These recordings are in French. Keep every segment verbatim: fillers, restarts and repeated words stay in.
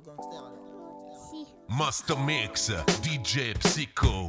Si. Master Mix, D J Psycho.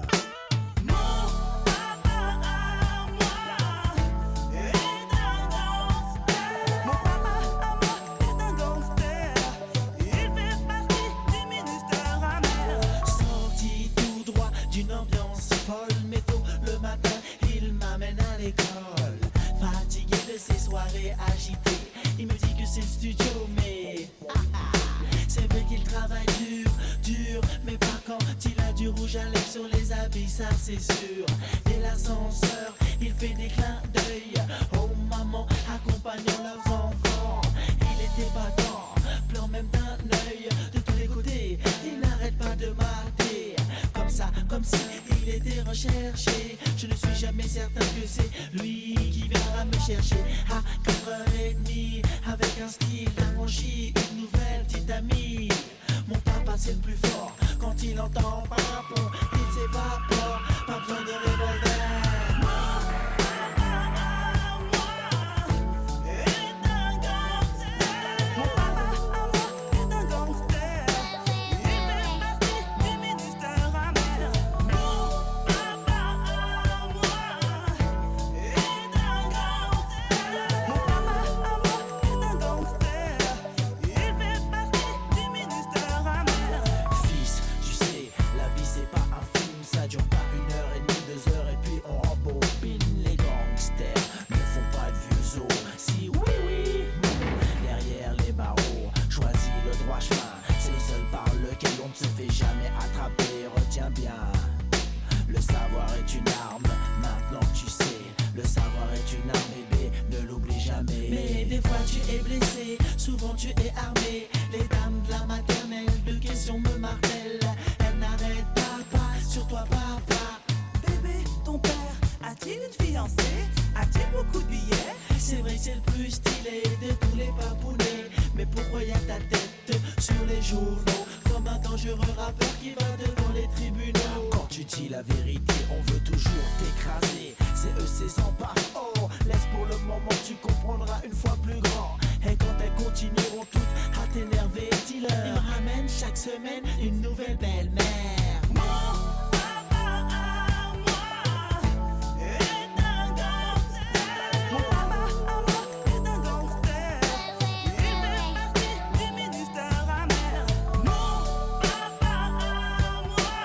D'une ambiance folle, mais tôt le matin, il m'amène à l'école. Fatigué de ces soirées agitées, il me dit que c'est le studio, mais ah, ah, c'est vrai qu'il travaille dur, dur, mais pas quand il a du rouge à lèvres sur les habits, ça c'est sûr. Dès l'ascenseur, il fait des clins d'œil aux mamans accompagnant leurs enfants. Il était battant, plein même d'un œil, de tous les côtés, il n'arrête pas de mater. Comme ça, comme si il était recherché. Je ne suis jamais certain que c'est lui qui viendra me chercher. À quatre heures trente, avec un style affranchi, une nouvelle petite amie. Mon papa c'est le plus fort. Quand il entend papon, il s'évapore. Pas besoin de revolver. Souvent tu es armé, les dames de la maternelle, deux questions me martèlent. Elles n'arrêtent pas, pas sur toi papa. Bébé, ton père a-t-il une fiancée? A-t-il beaucoup de billets? C'est vrai que c'est le plus stylé de tous les papounets. Mais pourquoi y'a ta tête sur les journaux comme un dangereux rappeur qui va devant les tribunaux? Quand tu dis la vérité, on veut toujours t'écraser. C'est eux, c'est sans pas. Oh, laisse pour le moment, tu comprendras une fois plus grand. Et quand elles continueront toutes à t'énerver, dis-leur, ils me ramènent chaque semaine une nouvelle belle-mère. Mon papa à moi est un gangster. Mon papa à moi est un gangster. Il fait partie du ministère amer. Mon papa à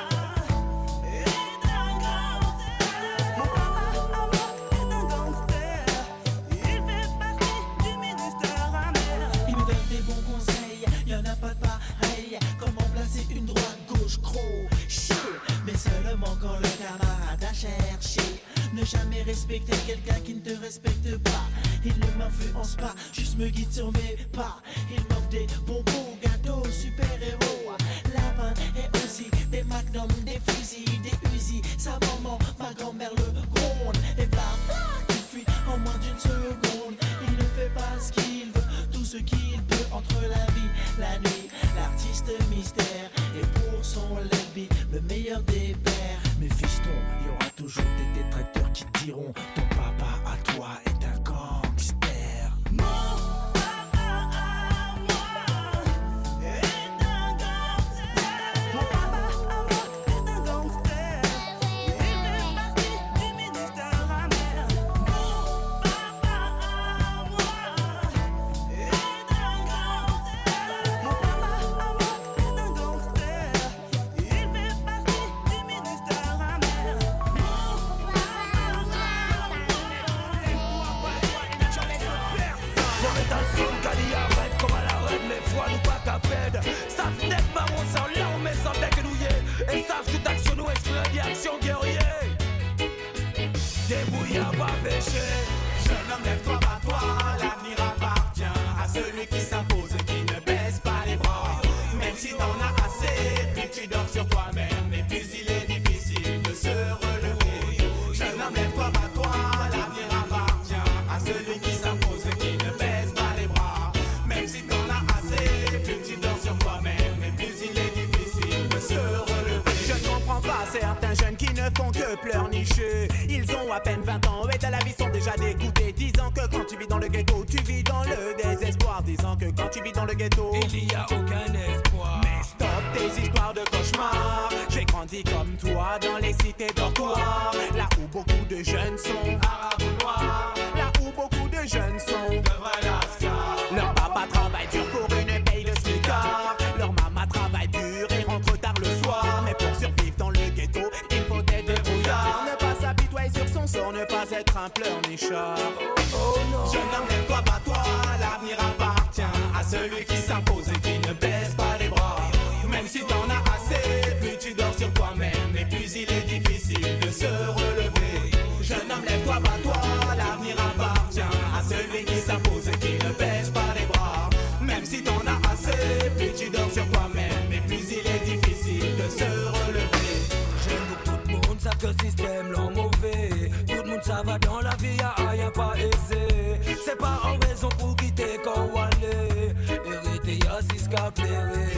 moi est un gangster. Mon papa à moi est un gangster. Il fait partie du ministère amer. Il me donne des bons conseils, y'en a pas de pareil. Comment placer une droite, gauche, crochet. Mais seulement quand le camarade a cherché. Ne jamais respecter quelqu'un qui ne te respecte pas. Il ne m'influence pas, juste me guide sur mes pas. Il m'offre des bonbons, gâteaux, super-héros. Lapin et aussi des magnums, des fusils, des Uzi. Sa maman, ma grand-mère le gronde. Et bla bla, il fuit en moins d'une seconde. Il ne fait pas ce qu'il veut, tout ce qu'il peut entre la vie, la nuit. L'artiste mystère et pour son lobby, le meilleur des pères. Mais fiston, il y aura toujours des détracteurs qui diront ton papa à toi est un gangster. Mon papa à moi est un gangster. Mon papa à moi est un gangster. Il fait partie du ministère amer. Mon papa à moi est un gangster. Mon papa à moi est un gangster. Il fait partie du ministère amer. On est dans le son, Kali arrête comme à la reine, les fois nous pas qu'à pède. Savent net marron sans larmes et sans bec nouillé. Et savent toute action nous exprime action guerrier. Débrouille à pas pécher. Jeune homme, lève-toi, bats-toi, l'avenir appartient à celui qui s'impose et qui ne baisse pas les bras. Même si t'en as assez, puis tu dors sur toi-même, mais plus il est difficile de se relever. Jeune homme, lève-toi, bats-toi, l'avenir appartient à celui qui s'impose et qui ne baisse pas les bras. Même si t'en as assez, plus tu dors sur toi-même, mais plus il est difficile de se relever. Je ne comprends pas certains jeunes qui ne font que pleurnicher. Ils ont à peine vingt ans et de la vie sont déjà dégoûtés. Disant que quand tu vis dans le ghetto, tu vis dans le désespoir. Disant que quand tu vis dans le ghetto, il n'y a aucun espoir. un pleurnichard. Oh non. Jeune homme, lève-toi, bats-toi, l'avenir appartient à celui qui s'impose et qui ne baisse pas les bras. Même si t'en as assez, plus tu dors sur toi-même, et plus il est difficile de se relever. Jeune homme, lève-toi, bats-toi, l'avenir appartient à celui qui s'impose et qui ne baisse pas les bras. Même si t'en as assez, plus tu dors sur toi-même, et plus il est difficile de se relever. J'aime que tout le monde savent que le système l'en mauvais. Tout le monde ça va dans la vie, y'a rien pas aisé. C'est pas en raison pour quitter quand on allait. Hérité y'a six cas plairé.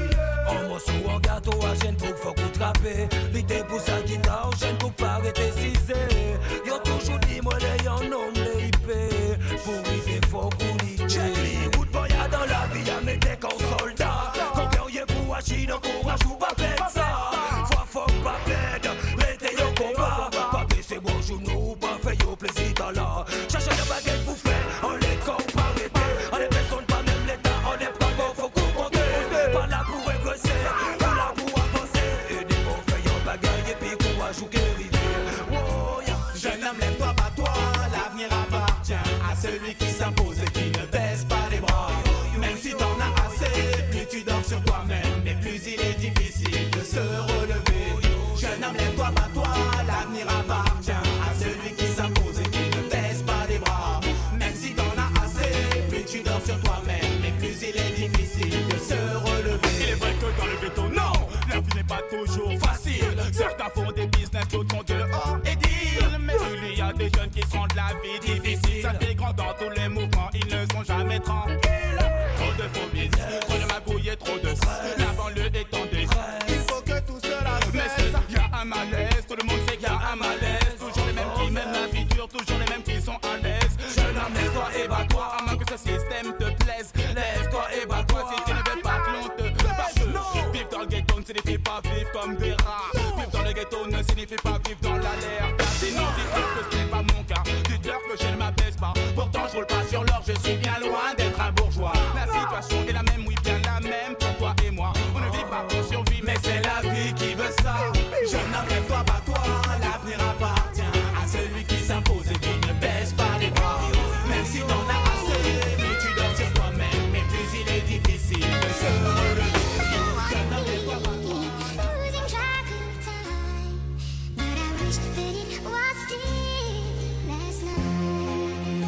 En morceau, en gâteau, à gêne pour faut qu'on trappe. L'idée pour sa guitare, gêne pour pas arrêter cisé. Y'a toujours dit moi les y'en homme les I P. Pour l'idée faut qu'on l'idée. J'ai good boy y'a dans la vie, y'a mes decks en soldat. Quand guerrier pour agir, encourage ou pas faire ça. Fois faut pas perdre, restez au combat. Pas baisser mon genou, pas faire au plaisir dans la. Cherchez la baguette pour faire, on les compte pas arrêter. On les personne pas même l'état, on est pas bon, faut qu'on compte. Pas là pour régresser, pas là pour avancer. Et des bons faits en bagaille et puis courage ou guérir. Oh, yeah. Jeune homme, lève-toi, bats-toi, l'avenir appartient à celui qui s'impose et qui ne baisse pas les bras. Même si t'en as assez, plus tu dors sur toi-même, et plus il est difficile de se relever. Jeune homme, lève-toi, bats-toi, l'avenir appartient à celui qui s'impose et qui ne baisse pas les bras. Même si t'en as assez, plus tu dors sur toi-même, et plus il est difficile de se relever. Il est vrai que dans le ghetto, non, la vie n'est pas toujours facile. Certains font des business, d'autres font dehors et deal. Mais il y a des jeunes qui sont de la vie difficile. Ça fait grand dans tous les mouvements, ils ne sont jamais tranquilles. Trop de phobies, trop de magouilles et trop de stress. La banlieue est en détresse. Il faut que tout cela Mais cesse. il y a un malaise, tout le monde sait qu'il y a un malaise. Toujours les mêmes qui mènent la vie dure, toujours les mêmes qui sont à l'aise. Jeune homme, lève-toi et bats-toi, à moins que ce système te plaise. Lève-toi et bats-toi si tu ne veux pas que l'on te basse. Vivre dans le ghetto ne signifie pas vivre comme des rats. Vivre dans le ghetto ne signifie pas vivre dans l'alerte. Sinon, dites-leur que ce n'est pas mon cas. Dites-leur que je ne m'abaisse pas. Pourtant, je roule pas sur l'or, je suis bien loin d'être un bourgeois. La situation est la même, oui, bien la même pour toi et moi. On ne vit pas pour survivre, mais c'est la vie qui veut ça. Jeune homme, lève-toi, bats-toi, l'avenir appartient à celui qui s'impose et qui ne baisse pas les bras. Même si t'en as assez, plus tu dors sur toi-même, mais plus il est difficile de se relever. Jeune homme, lève-toi, bats-toi. Losing track of time, but I wish that it was still last night.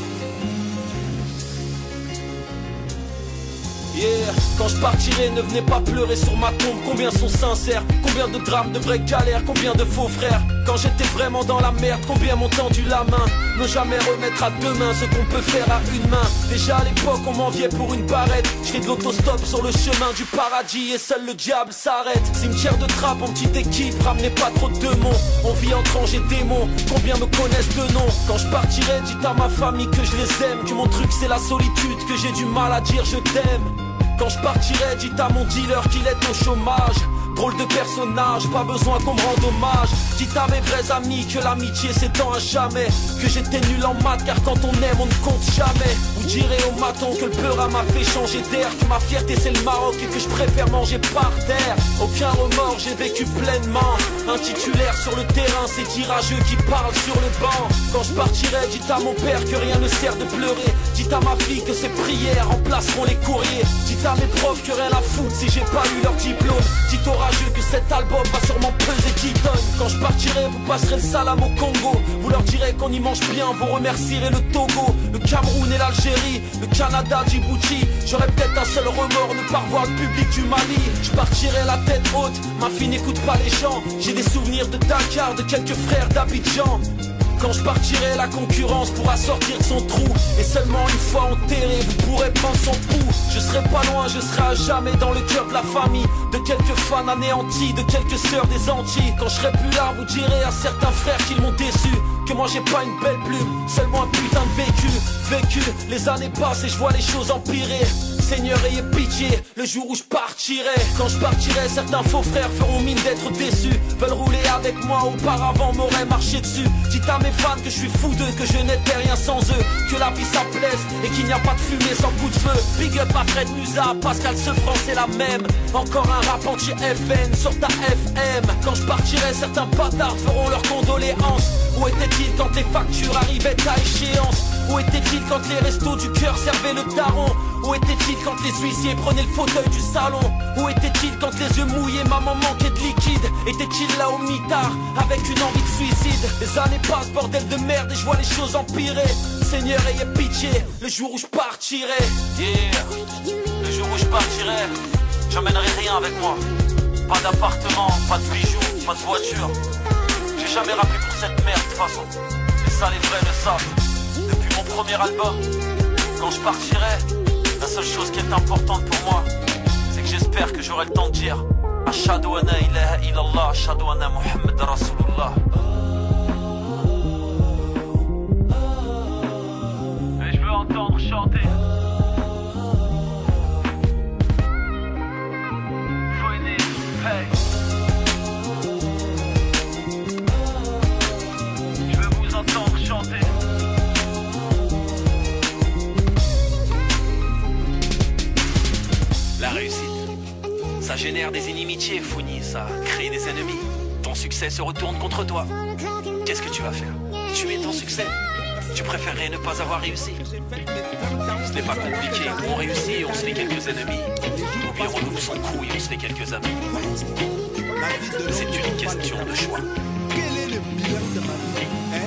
Yeah, quand je partirai, ne venez pas pleurer sur ma tombe. Combien sont sincères, combien de drames, de vraies galères, combien de faux frères. Quand j'étais vraiment dans la merde, combien m'ont tendu la main. Ne jamais remettre à deux mains ce qu'on peut faire à une main. Déjà à l'époque on m'enviait pour une barrette. Je fais de l'autostop sur le chemin du paradis et seul le diable s'arrête. Cimetière de trappe en petite équipe, ramenez pas trop de démons. On vit entre anges et démons, combien me connaissent de nom. Quand je partirai, dites à ma famille que je les aime, que mon truc c'est la solitude, que j'ai du mal à dire je t'aime. Quand je partirai, dites à mon dealer qu'il est au chômage. Drôle de personnage, pas besoin qu'on me rende hommage. Dites à mes vrais amis que l'amitié s'étend à jamais. Que j'étais nul en maths car quand on aime on ne compte jamais. Vous direz au maton que le peur m'a fait changer d'air. Que ma fierté c'est le Maroc et que je préfère manger par terre. Aucun remords, j'ai vécu pleinement. Un titulaire sur le terrain, c'est tirageux qui parle sur le banc. Quand je partirai, dites à mon père que rien ne sert de pleurer. Dites à ma fille que ses prières remplaceront les courriers. Dites à mes profs que rien à foutre si j'ai pas eu leur diplôme. Dites au rageux que cet album va sûrement peser dix tonnes. Quand je partirai, vous passerez le salam au Congo. Vous leur direz qu'on y mange bien, vous remercierez le Togo, le Cameroun et l'Algérie, le Canada, Djibouti. J'aurais peut-être un seul remords, ne pas revoir le public du Mali. Je partirai la tête haute, ma fille n'écoute pas les gens. J'ai des souvenirs de Dakar, de quelques frères d'Abidjan. Quand je partirai, la concurrence pourra sortir de son trou. Et seulement une fois enterré, vous pourrez prendre son pouls. Je serai pas loin, je serai à jamais dans le cœur de la famille. De quelques fans anéantis, de quelques sœurs des Antilles. Quand je serai plus là, vous direz à certains frères qu'ils m'ont déçu. Que moi j'ai pas une belle plume, seulement un putain de vécu. Vécu, les années passent et je vois les choses empirer. Seigneur, ayez pitié, le jour où je partirai. Quand je partirai, certains faux frères feront mine d'être déçus. Veulent rouler avec moi, auparavant m'auraient marché dessus. Dites à mes fans que je suis fou d'eux, que je n'étais rien sans eux. Que la vie ça plaise et qu'il n'y a pas de fumée sans coup de feu. Big up à Fred Musa, Pascal Sefranc c'est la même. Encore un rap anti-F N sur ta F M. Quand je partirai, certains bâtards feront leurs condoléances. Où était-il quand les factures arrivaient à échéance? Où était-il quand les restos du cœur servaient le daron? Où était-il quand les huissiers prenaient le fauteuil du salon? Où était-il quand les yeux mouillés, maman manquait de liquide? Était-il là au mitard avec une envie de suicide? Les années passent, bordel de merde, et je vois les choses empirer. Seigneur, ayez pitié, le jour où je partirai. Yeah, le jour où je partirai, j'emmènerai rien avec moi. Pas d'appartement, pas de bijoux, pas de voiture. J'ai jamais rappé pour cette merde de toute façon. Et ça les vrais le savent. Depuis mon premier album, quand je partirai, la seule chose qui est importante pour moi, c'est que j'espère que j'aurai le temps de dire Ashhadu anna ilaha illallah, Ashhadu anna Muhammad Rasulullah. Et je veux entendre chanter Phoenix, hey. Je veux vous entendre chanter. La réussite, ça génère des inimitiés, Founi, ça crée des ennemis. Ton succès se retourne contre toi. Qu'est-ce que tu vas faire? Tuer ton succès? Tu préférerais ne pas avoir réussi? Ce n'est pas compliqué, on réussit et on se fait quelques ennemis. Ou bien on loupe son coup et on se fait quelques amis. C'est une question de choix. Quel est le bilan de ma vie?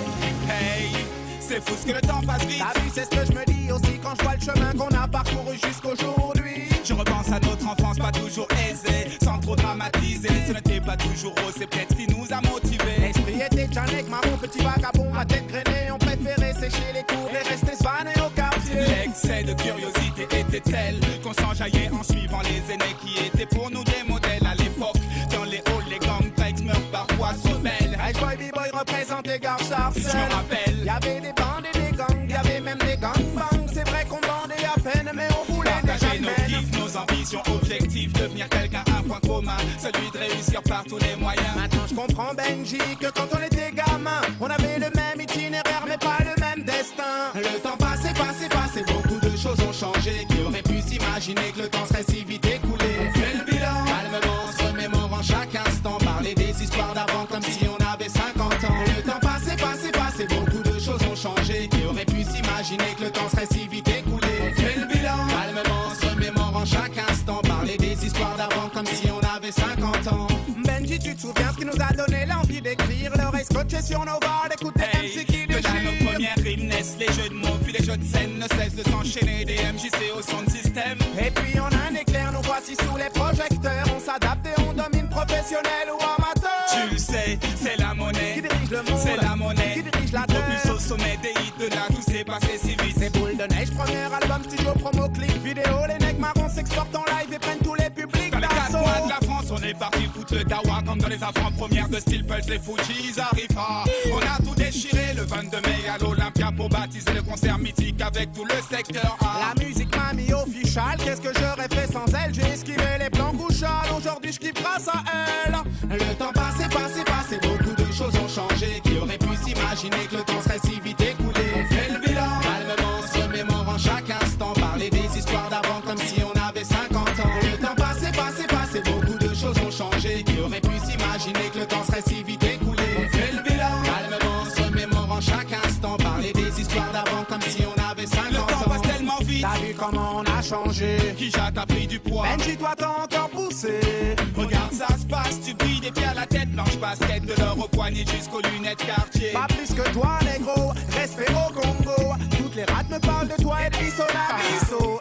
Hey, hey, c'est fou ce que le temps passe vite. T'as vu, c'est ce que je me dis aussi quand je vois le chemin qu'on a parcouru jusqu'aujourd'hui. Je repense à notre enfance pas toujours aisée, sans trop dramatiser. Ce n'était pas toujours rose, c'est peut-être ce qui nous a motivés. L'esprit était Janek, marron, petit vagabond, à tête grainée. On préférait sécher les cours et rester svané au quartier. L'excès de curiosité était tel qu'on s'enjaillait en suivant les aînés qui étaient pour nous des modèles à l'époque. Dans les halls, les gangplanks meurent parfois trop belles. Hey boy, b-boy représente les gars sarcelles. Je me rappelle, y'avait des bandes et des gangs, y'avait même des gangbangs. C'est vrai qu'on bandait à peine, mais on voulait partager déjà nos peine. kiffs, nos ambitions, objectifs, devenir quelqu'un, un point commun, celui de réussir par tous les moyens. Maintenant je comprends Benji que quand on était gamin, on avait le même itinéraire mais pas le même destin. Le temps passé, passé, passé, beaucoup de choses ont changé. Qui aurait pu s'imaginer que le temps serait si vite écoulé? On fait le bilan, calmement, se remémorant chaque instant. Parler des histoires d'avant comme si on avait cinquante ans. Le temps passé, passé, passé, beaucoup de choses ont changé. Qui aurait pu s'imaginer que le temps serait si vite écoulé? On fait le bilan, calmement, se remémorant chaque instant. Parler des histoires d'avant comme si on avait cinquante ans. Benji, tu te souviens ce qui nous a donné l'envie d'écrire? L'oreille scotchée sur nos voiles, d'écouter Hey, M C qui de là déchire. nos premières rimes naissent, les jeux de mots puis les jeux de scène ne cessent de s'enchaîner. Des M J C au son de système. Et puis en un éclair, nous voici sous les projecteurs. On s'adapte et on domine, professionnel ou amateur. Tu le sais, c'est la monnaie. Qui dirige le monde? C'est la monnaie. Qui dirige la Au terre? plus au sommet des hits de là, tout s'est passé si vite. C'est boule de neige, premier album, studio, promo, clip, vidéo. Les necks marrons s'exportent en live et prennent tous les publics Dans les quatre d'assaut. coins de la France, on est parti foutre le dawa. Comme dans les avant-premières de Steel Pulse, les Fujis arrivent pas. On a tout déchiré le vingt-deux mai à l'Olympia pour baptiser le concert mythique avec tout le secteur A. La musique m'a mis official, qu'est-ce que j'aurais fait sans elle? J'ai esquivé les plans couchales, aujourd'hui je kiffe grâce à elle. Le temps passé, passé, passé, beaucoup de choses ont changé. Qui aurait pu s'imaginer que le temps serait si vite écoulé? On fait le bilan, calmement, se remémorant chaque instant. Parler des histoires d'avant comme si on avait cinquante ans. Le temps passé, passé, passé, beaucoup de choses ont changé. Qui aurait pu s'imaginer que le temps serait si vite écoulé? On fait le bilan, calmement, se remémorant chaque instant. Parler des histoires d'avant comme si on avait cinquante ans. Le temps passe tellement vite. T'as vu comment on a changé? Qui jette a pris du poids? Benji, toi t'as encore poussé. Regarde, ça se passe, tu brilles des pieds à la tête, blanche basket, de l'or au poignet jusqu'aux lunettes quartier. Pas plus que toi, négro, respect au Congo. Toutes les rats me parlent de toi et de bisso la bisso.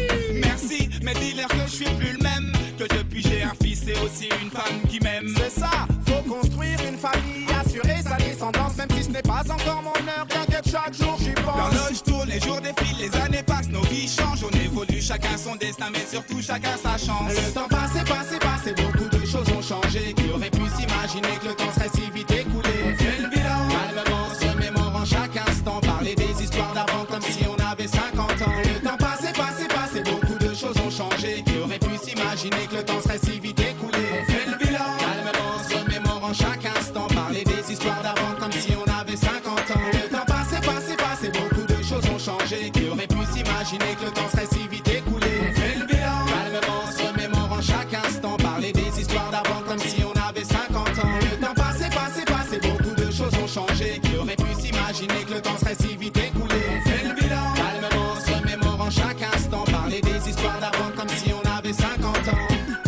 Merci, mais dis-leur que je suis plus le même. Que depuis j'ai un fils et aussi une femme qui m'aime. C'est ça, faut construire une famille, assurer sa descendance. Même si ce n'est pas encore mon heure, t'inquiète, chaque jour j'y pense. L'horloge tourne, les jours défilent, les années passent, nos vies changent. On évolue, chacun son destin, mais surtout chacun sa chance. Le temps passé, passé, passé, beaucoup de choses ont changé. Qui aurait pu s'imaginer que le temps serait si vite écoulé? On fait le bilan, calmement, se remémorant chaque instant. Parler des histoires d'avant comme si on avait cinquante ans. Le temps passé, passé, passé, beaucoup de choses pu s'imaginer que le temps serait si vite écoulé. On fait le bilan, calmement, se remémorant chaque instant. Parler des histoires d'avant comme si on avait cinquante ans. Le temps passé, passé, passé, beaucoup de choses ont changé. Qui aurait pu s'imaginer que le temps serait si vite écoulé. On fait le bilan, calmement, se remémorant chaque instant. Parler des histoires d'avant comme si on avait cinquante ans.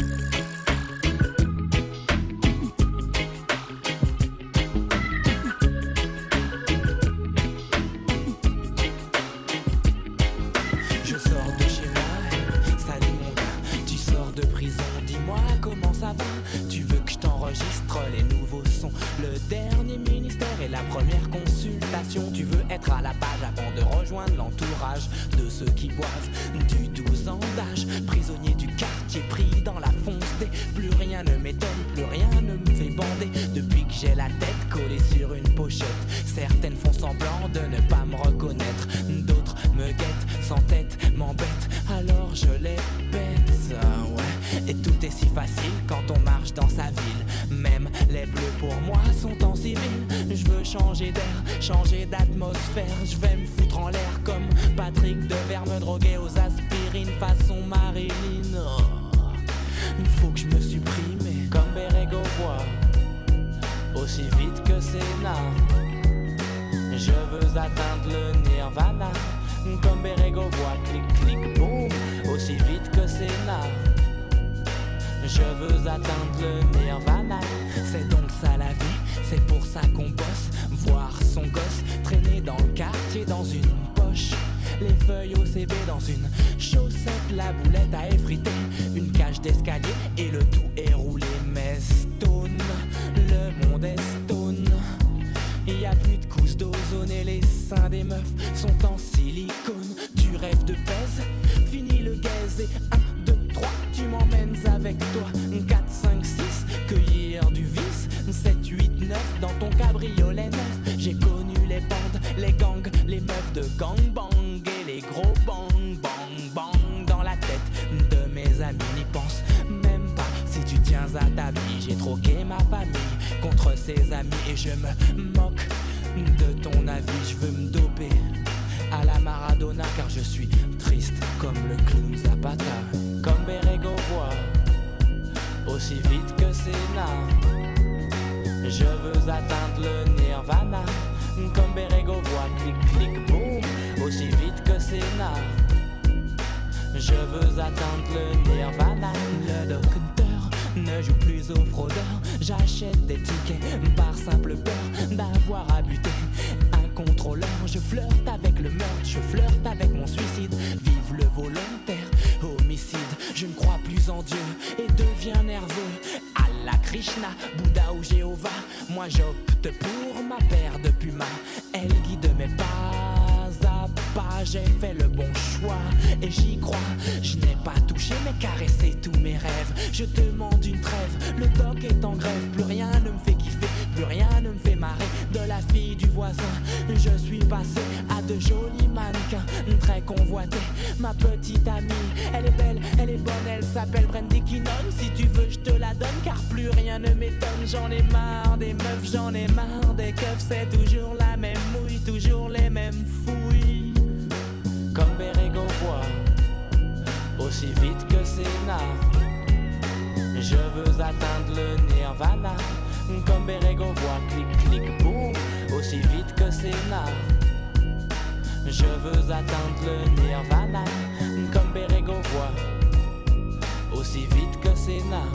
Les nouveaux sons, le dernier ministère et la première consultation. Tu veux être à la page avant de rejoindre l'entourage de ceux qui boivent du douze ans d'âge. Prisonnier du quartier pris dans la fonce des. Plus rien ne m'étonne, plus rien ne me fait bander. Depuis que j'ai la tête collée sur une pochette, certaines font semblant de ne pas me reconnaître. D'autres me guettent, sans tête, m'embêtent, alors je les pète, ah ouais. Et tout est si facile quand on marche dans sa ville. Même les bleus pour moi sont en civil. Je veux changer d'air, changer d'atmosphère. Je vais me foutre en l'air comme Patrick Devers, me droguer aux aspirines façon Marilyn. Oh, il faut que je me supprime comme Bérégo voit aussi vite que Sénat. Je veux atteindre le nirvana comme Bérégo voit, clic clic boum, aussi vite que Sénat. Je veux atteindre le nirvana. C'est donc ça la vie, c'est pour ça qu'on bosse. Voir son gosse traîner dans le quartier dans une poche. Les feuilles au C B dans une chaussette. La boulette à effriter, une cage d'escalier et le tout est roulé. Mais stone, le monde est stone. Il y a plus de couches d'ozone et les seins des meufs sont en silicone. Tu rêves de pèse, fini le gaze et un, deux, trois, tu m'emmènes avec toi. quatre, cinq, six, cueillir du vice. sept, huit, neuf, dans ton cabriolet neuf. J'ai connu les bandes, les gangs, les meufs de gangbang et les gros bang, bang, bang dans la tête de mes amis. N'y pense même pas si tu tiens à ta vie. J'ai troqué ma famille contre ses amis et je me moque de ton avis. Je veux me doper à la Maradona car je suis triste comme le clown Zapata. Comme Bérégo voit aussi vite que Sénat. Je veux atteindre le nirvana comme Bérégo voit, clic clic boum, aussi vite que Sénat. Je veux atteindre le nirvana. Le docteur ne joue plus au fraudeur. J'achète des tickets par simple peur d'avoir à buter un contrôleur. Je flirte avec le meurtre, je flirte avec mon suicide. Vive le volontaire homicide. Je ne crois plus en Dieu et deviens nerveux. Allah, Krishna, Bouddha ou Jéhovah. Moi j'opte pour ma paire de pumas. Elle guide mes pas à pas. J'ai fait le bon choix et j'y crois. Je n'ai pas touché mais caressé tous mes rêves. Je demande une trêve, le doc est en grève. Plus rien ne me fait kiffer, plus rien ne me fait marrer. De la fille du voisin, je suis passé à de jolis mannequins très convoités. Ma petite amie, elle est belle, elle est bonne, elle s'appelle Brandy Kinnon. Si tu veux je te la donne car plus rien ne m'étonne. J'en ai marre des meufs, j'en ai marre des keufs. C'est toujours la même mouille, toujours les mêmes fouilles. Comme Bérégo voit aussi vite que Sénat. Je veux atteindre le nirvana comme Bérégo voit, clic clic boum, aussi vite que Sénat. Je veux atteindre le nirvana comme Bérégo voit, aussi vite que Sénat.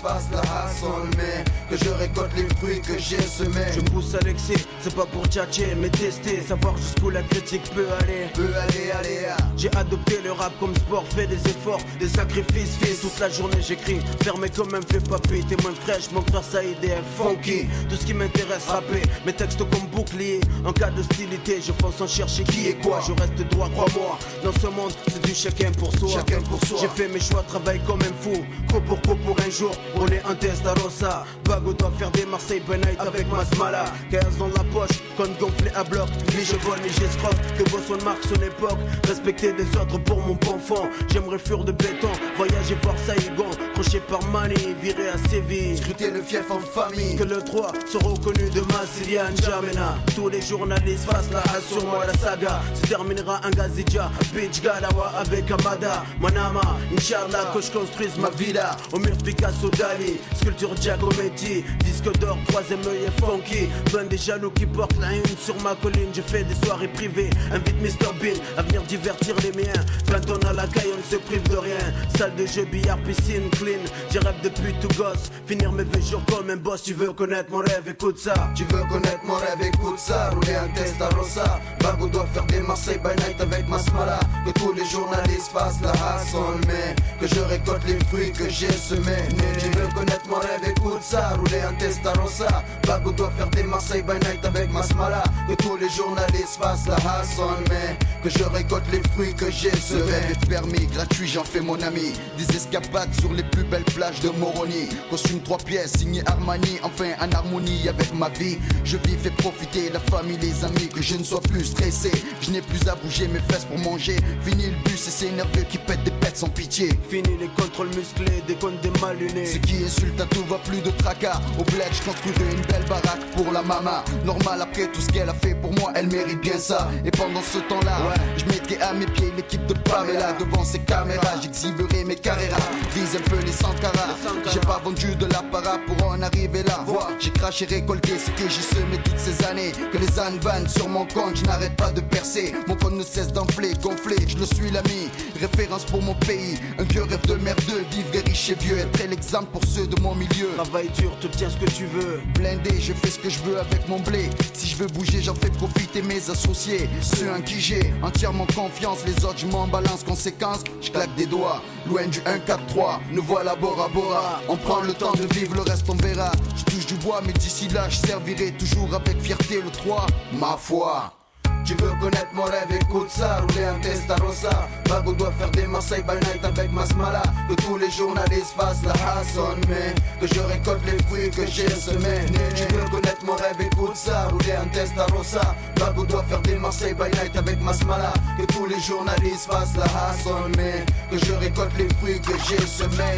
fasse la hassle, mais que je récolte les fruits que j'ai semés. Je me pousse à l'excès, c'est pas pour tchatcher mais tester, savoir jusqu'où la critique peut aller. Peut aller, aller, ah. J'ai adopté le rap comme sport, fait des efforts, des sacrifices, fils. Toute la journée j'écris, fermé comme un vieux papier. T'es moins fraîche, mon frère Saïd est funky. Tout ce qui m'intéresse, rapper, mes textes comme bouclier. En cas d'hostilité, je fonce sans chercher qui est quoi. Je reste droit, crois-moi, dans ce monde c'est du chacun pour soi. Chacun pour soi. J'ai fait mes choix, travaille comme un fou. Co pour co pour un jour, rouler un Testarossa. Bago doit faire des Marseille by night avec Masmala. quinze dans la poche, compte gonflé à bloc. Ni je vole, ni j'escroque, que Boston marque son époque. Respecter des autres pour mon bon fond. J'aimerais fuir de béton, voyager voir Saïgon. Croché par Mani, viré à Séville. Scruter le fief en famille. Que le trois soit reconnu de Massilia N'Djamena. Tous les journalistes fassent la hache sur moi, la saga se terminera un Gazidja, Beach Galawa avec Amada. Manama, Inch'Allah que je construise ma villa. Au mur Picasso Dali, sculpture Giacometti. Disque d'or, troisième œil et funky. Ben des jaloux qui portent la une sur ma colline. Je fais des soirées privées, invite mister Bean à venir divertir les miens. Quand on a la caille on ne se prive de rien. Salle de jeu, billard, piscine, clean. J'ai rêve depuis tout gosse, finir mes vieux jours comme un boss. Tu veux connaître mon rêve, écoute ça. Tu veux connaître mon rêve, écoute ça. Rouler un Testarossa. Bago doit faire des Marseille by night avec Masmala. Que tous les journalistes fassent la hassle, mais que je récolte les fruits que j'ai semés. Tu veux connaître mon rêve, écoute ça. Rouler un Testarossa. Bago doit faire des Marseille by night avec Masmala. Que tous les journalistes fassent la hassle, mais que je récolte les fruits que j'ai semés. Le rêve est permis, gratuit, j'en fais mon ami. Des escapades sur les plus belles plages de Moroni. Costume trois pièces, signé Armani. Enfin en harmonie avec ma vie. Je vis, fais profiter la famille, les amis. Que je ne sois plus stressé. Je n'ai plus à bouger mes fesses pour manger. Fini le bus et c'est nerveux qui pète des pètes sans pitié. Fini les contrôles musclés, des comptes des mal lunés. Ce qui insulte à tout va plus de tracas. Au bled je construirai une belle baraque pour la mama. Normal après tout ce qu'elle a fait pour moi, elle mérite bien ça. Et pendant ce temps-là, ouais, je mettrai à mes pieds l'équipe de Pamela. Devant ces caméras, j'exhiberai mes carreras. Vise un peu les Sankara. J'ai pas vendu de l'apparat pour en arriver là. Vois, j'ai craché, récolté ce que j'ai semé toutes ces années. Que les ânes vannent sur mon compte, je n'arrête pas de percer. Mon compte ne cesse d'enfler, gonfler, je le suis l'ami. Référence pour mon pays, un vieux rêve de merdeux. Vivre riche et vieux, être l'exemple pour ceux de mon milieu. Travaille dur, te tiens ce que tu veux. Blindé, je fais ce que je veux avec mon blé. Si je veux bouger, j'en fais profiter mes associés. Ceux en qui j'ai entièrement confiance. Les autres, je m'en balance, conséquence, je claque des doigts. Loin du un quatre trois, nous voilà Bora Bora. On prend le temps de vivre, le reste on verra. Je touche du bois, mais d'ici là, je servirai toujours avec fierté le trois. Ma foi. Tu veux connaître mon rêve, écoute ça. Rouler un Testarossa. Bago doit faire des Marseille by night avec Masmala. Que tous les journalistes fassent la hassle, mais que je récolte les fruits que j'ai semés. Tu veux connaître mon rêve, écoute ça. Rouler un Testarossa. Bago doit faire des Marseille by night avec Masmala. Que tous les journalistes fassent la hassle, mais que je récolte les fruits que j'ai semés.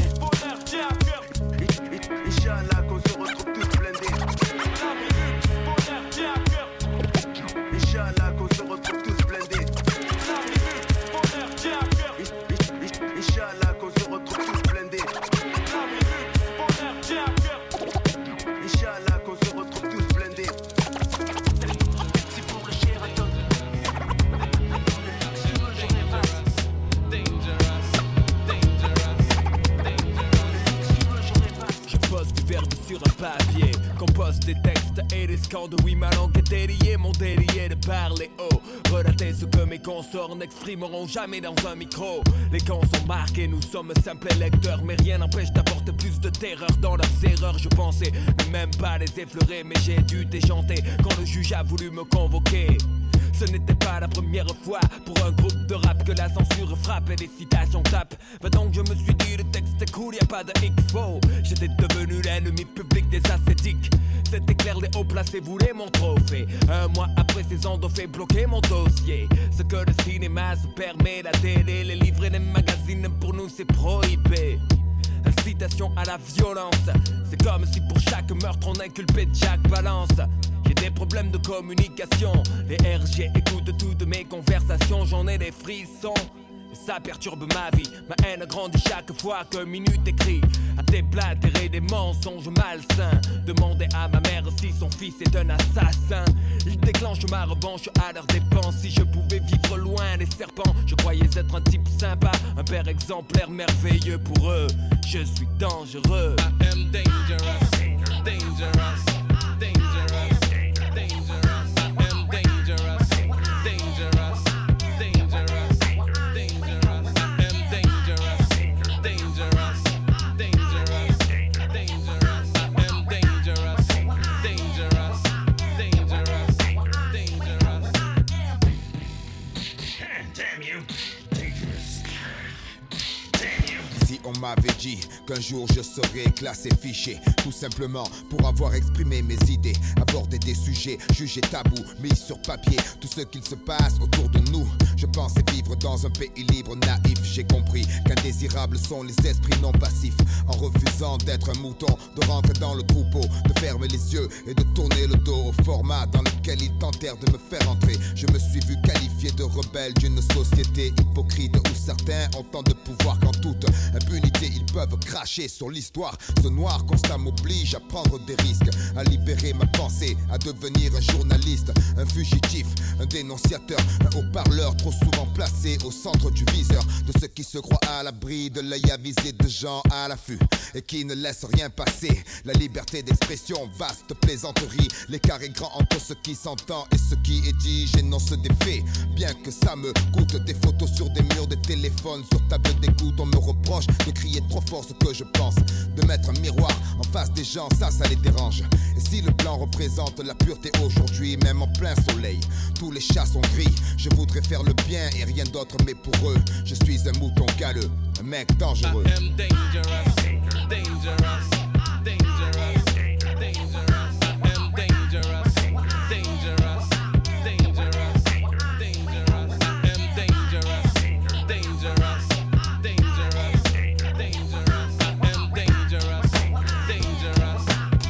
Inch'Allah qu'on se retrouve tous blindés. Inch'Allah qu'on se retrouve tous blindés. Inch'Allah qu'on se retrouve tous blindés. Inch'Allah qu'on se retrouve tous blindés. C'est pour le Sheraton. Je pose du verbe sur un papier, compose des textes et des scandes. Oui, ma langue est déliée, mon délit est de parler haut. Relater ce que mes consorts n'exprimeront jamais dans un micro. Les camps sont marqués, nous sommes simples lecteurs. Mais rien n'empêche d'apporter plus de terreur dans leurs erreurs. Je pensais ne même pas les effleurer, mais j'ai dû déchanter quand le juge a voulu me convoquer. Ce n'était pas la première fois pour un groupe de rap que la censure frappe et les citations tapent. Bah donc je me suis dit le texte est cool, y'a pas de X-Fo. J'étais devenu l'ennemi public des ascétiques. C'était clair, les hauts placés voulaient mon trophée. Un mois après ces ondes ont fait bloquer mon dossier. Ce que le cinéma se permet, la télé, les livres et les magazines, pour nous c'est prohibé. Incitation à la violence, c'est comme si pour chaque meurtre on inculpait Jack Balance. J'ai des problèmes de communication, les R G écoutent toutes mes conversations, j'en ai des frissons. et ça perturbe ma vie. Ma haine grandit chaque fois qu'une minute écrit. À déblatérer des mensonges malsains. Demander à ma mère si son fils est un assassin. Il déclenche ma revanche à leur dépense. Si je pouvais vivre loin des serpents, je croyais être un type sympa, un père exemplaire merveilleux pour eux. Je suis dangereux. I am dangerous, dangerous, dangerous, dangerous. I am dangerous, dangerous, dangerous, dangerous. I am dangerous, dangerous, dangerous, dangerous. I am dangerous, dangerous, dangerous, dangerous. Damn you, dangerous. Damn you. Si on m'avait dit qu'un jour je serais classé fiché, tout simplement pour avoir exprimé mes idées, aborder des sujets jugés tabous, mis sur papier tout ce qu'il se passe autour de nous. Je pensais vivre dans un pays libre, naïf. J'ai compris qu'indésirables sont les esprits non passifs. En refusant d'être un mouton, de rentrer dans le troupeau, de fermer les yeux et de tourner le dos au format dans lequel ils tentèrent de me faire entrer. Je me suis vu qualifié de rebelle d'une société hypocrite où certains ont tant de pouvoir qu'en toute impunité ils peuvent cracher sur l'histoire. Ce noir constat m'oblige à prendre des risques, à libérer ma pensée, à devenir un journaliste, un fugitif, un dénonciateur, un haut-parleur trop souvent placé au centre du viseur de ceux qui se croient à l'abri de l'œil avisé de gens à l'affût et qui ne laissent rien passer. La liberté d'expression, vaste plaisanterie, l'écart est grand entre ce qui s'entend et ce qui est dit. J'énonce des faits, bien que ça me coûte. Des photos sur des murs de téléphone, sur table d'écoute, on me reproche de crier trop fort ce que je pense, de mettre un miroir en face des gens, ça, ça les dérange. Et si le blanc représente la pureté aujourd'hui, même en plein soleil, tous les chats sont gris. Je voudrais faire le bien et rien d'autre, mais pour eux, je suis un mouton galeux, un mec dangereux. I am dangerous, dangerous, dangerous, dangerous. I am dangerous, dangerous, dangerous, dangerous. I am dangerous, dangerous, dangerous, dangerous. I am dangerous, dangerous,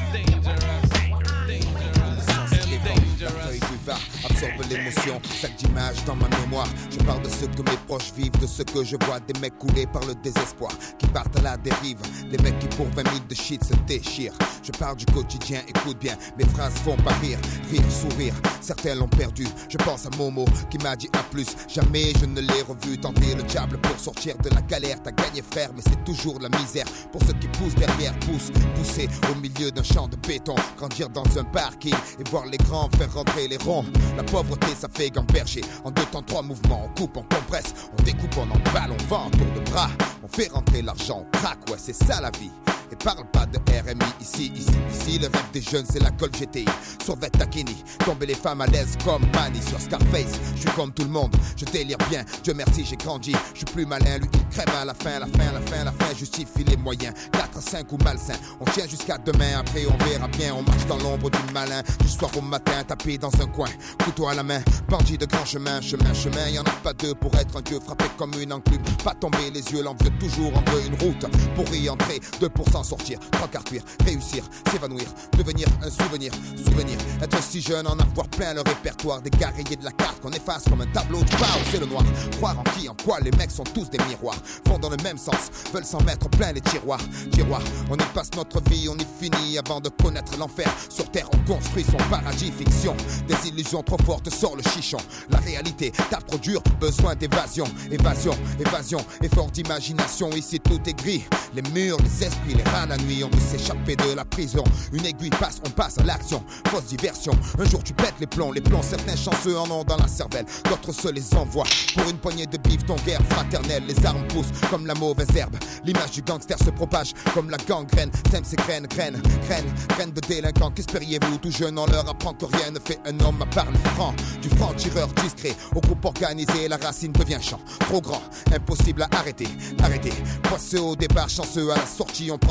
dangerous, dangerous. La feuille du var absorbe l'émotion, sac d'images dans ma mémoire. Je parle de ce que mes proches vivent, de ce que je vois, des mecs coulés par le désespoir, qui partent à la dérive, des mecs qui pour vingt mille de shit se déchirent. Je parle du quotidien, écoute bien, mes phrases font pas rire, rire, sourire, certains l'ont perdu. Je pense à Momo qui m'a dit à plus, jamais je ne l'ai revu tenter le diable pour sortir de la galère. T'as gagné frère, mais c'est toujours la misère pour ceux qui poussent derrière, poussent, pousser au milieu d'un champ de béton, grandir dans un parking et voir les grands faire rentrer les ronds. La pauvreté ça fait gamberger, en deux temps trois mouvements, on coupe, on compresse, on découpe, on emballe, on vend en tour de bras, on fait rentrer l'argent, on craque, ouais c'est ça la vie. Et parle pas de R M I ici, ici, ici. Le rêve des jeunes c'est la Golf G T I. Sur Takini, tomber les femmes à l'aise comme Manny sur Scarface. Je suis comme tout le monde, je délire bien. Dieu merci j'ai grandi, je suis plus malin. Lui il crève à la fin, la fin, la fin, la fin justifie les moyens. quatre, cinq ou malsain, on tient jusqu'à demain. Après on verra bien, on marche dans l'ombre du malin. Du soir au matin, tapé dans un coin, couteau à la main, bandit de grand chemin. Chemin, chemin, y'en a pas deux pour être un dieu. Frappé comme une enclume, pas tomber les yeux. L'envieux toujours entre une route pour y entrer, deux pour cent sortir, trois quarts cuire, réussir, s'évanouir, devenir un souvenir, souvenir, être si jeune, en avoir plein le répertoire, des gars rayés de la carte qu'on efface comme un tableau du chaos, c'est le noir, croire en qui, en quoi, les mecs sont tous des miroirs, vont dans le même sens, veulent s'en mettre plein les tiroirs, tiroirs, on y passe notre vie, on y finit avant de connaître l'enfer, sur terre on construit son paradis, fiction, des illusions trop fortes sort le chichon, la réalité tape trop dur, besoin d'évasion, évasion, évasion, effort d'imagination, ici tout est gris, les murs, les esprits, les rats la nuit, on veut s'échapper de la prison. Une aiguille passe, on passe à l'action. Fausse diversion, un jour tu pètes les plombs. Les plombs, certains chanceux en ont dans la cervelle, d'autres se les envoient. Pour une poignée de bif, ton guerre fraternelle. Les armes poussent comme la mauvaise herbe. L'image du gangster se propage comme la gangrène. Sème ses graines, graines, graines, graines de délinquants. Qu'espériez-vous, tout jeune, on leur apprend que rien ne fait un homme à part le franc. Du franc tireur discret au groupe organisé, la racine devient champ. Trop grand, impossible à arrêter, arrêter. Poisseux au départ, chanceux à la sortie, on prend